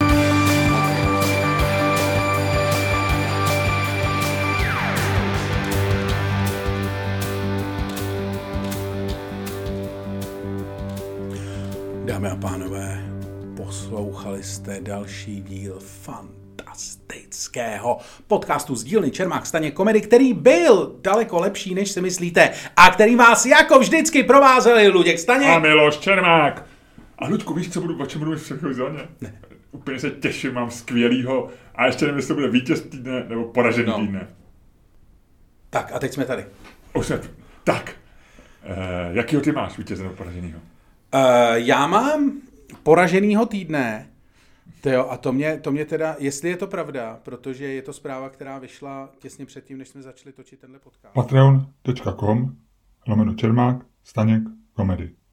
Dámy a pánové, poslouchali jste další díl fantastického podcastu z dílny Čermák Staněk Komedy, který byl daleko lepší, než si myslíte, a který vás jako vždycky provázeli Luděk Staněk a Miloš Čermák. A Luďku, víš, co budu, o čem budu mít v předchozí zóně? Ne. Úplně se těším, mám skvělýho a ještě nevím, jestli to bude vítěz týdne nebo poražený no. týdne. Tak a teď jsme tady. Už jsme tak. E, jakýho ty máš vítěze nebo poraženýho? Uh, já mám poraženýho týdne, tyjo, a to mě, to mě teda, jestli je to pravda, protože je to zpráva, která vyšla těsně předtím, než jsme začali točit tenhle podcast. patreon tečka com lomeno Čermák Staněk Komedy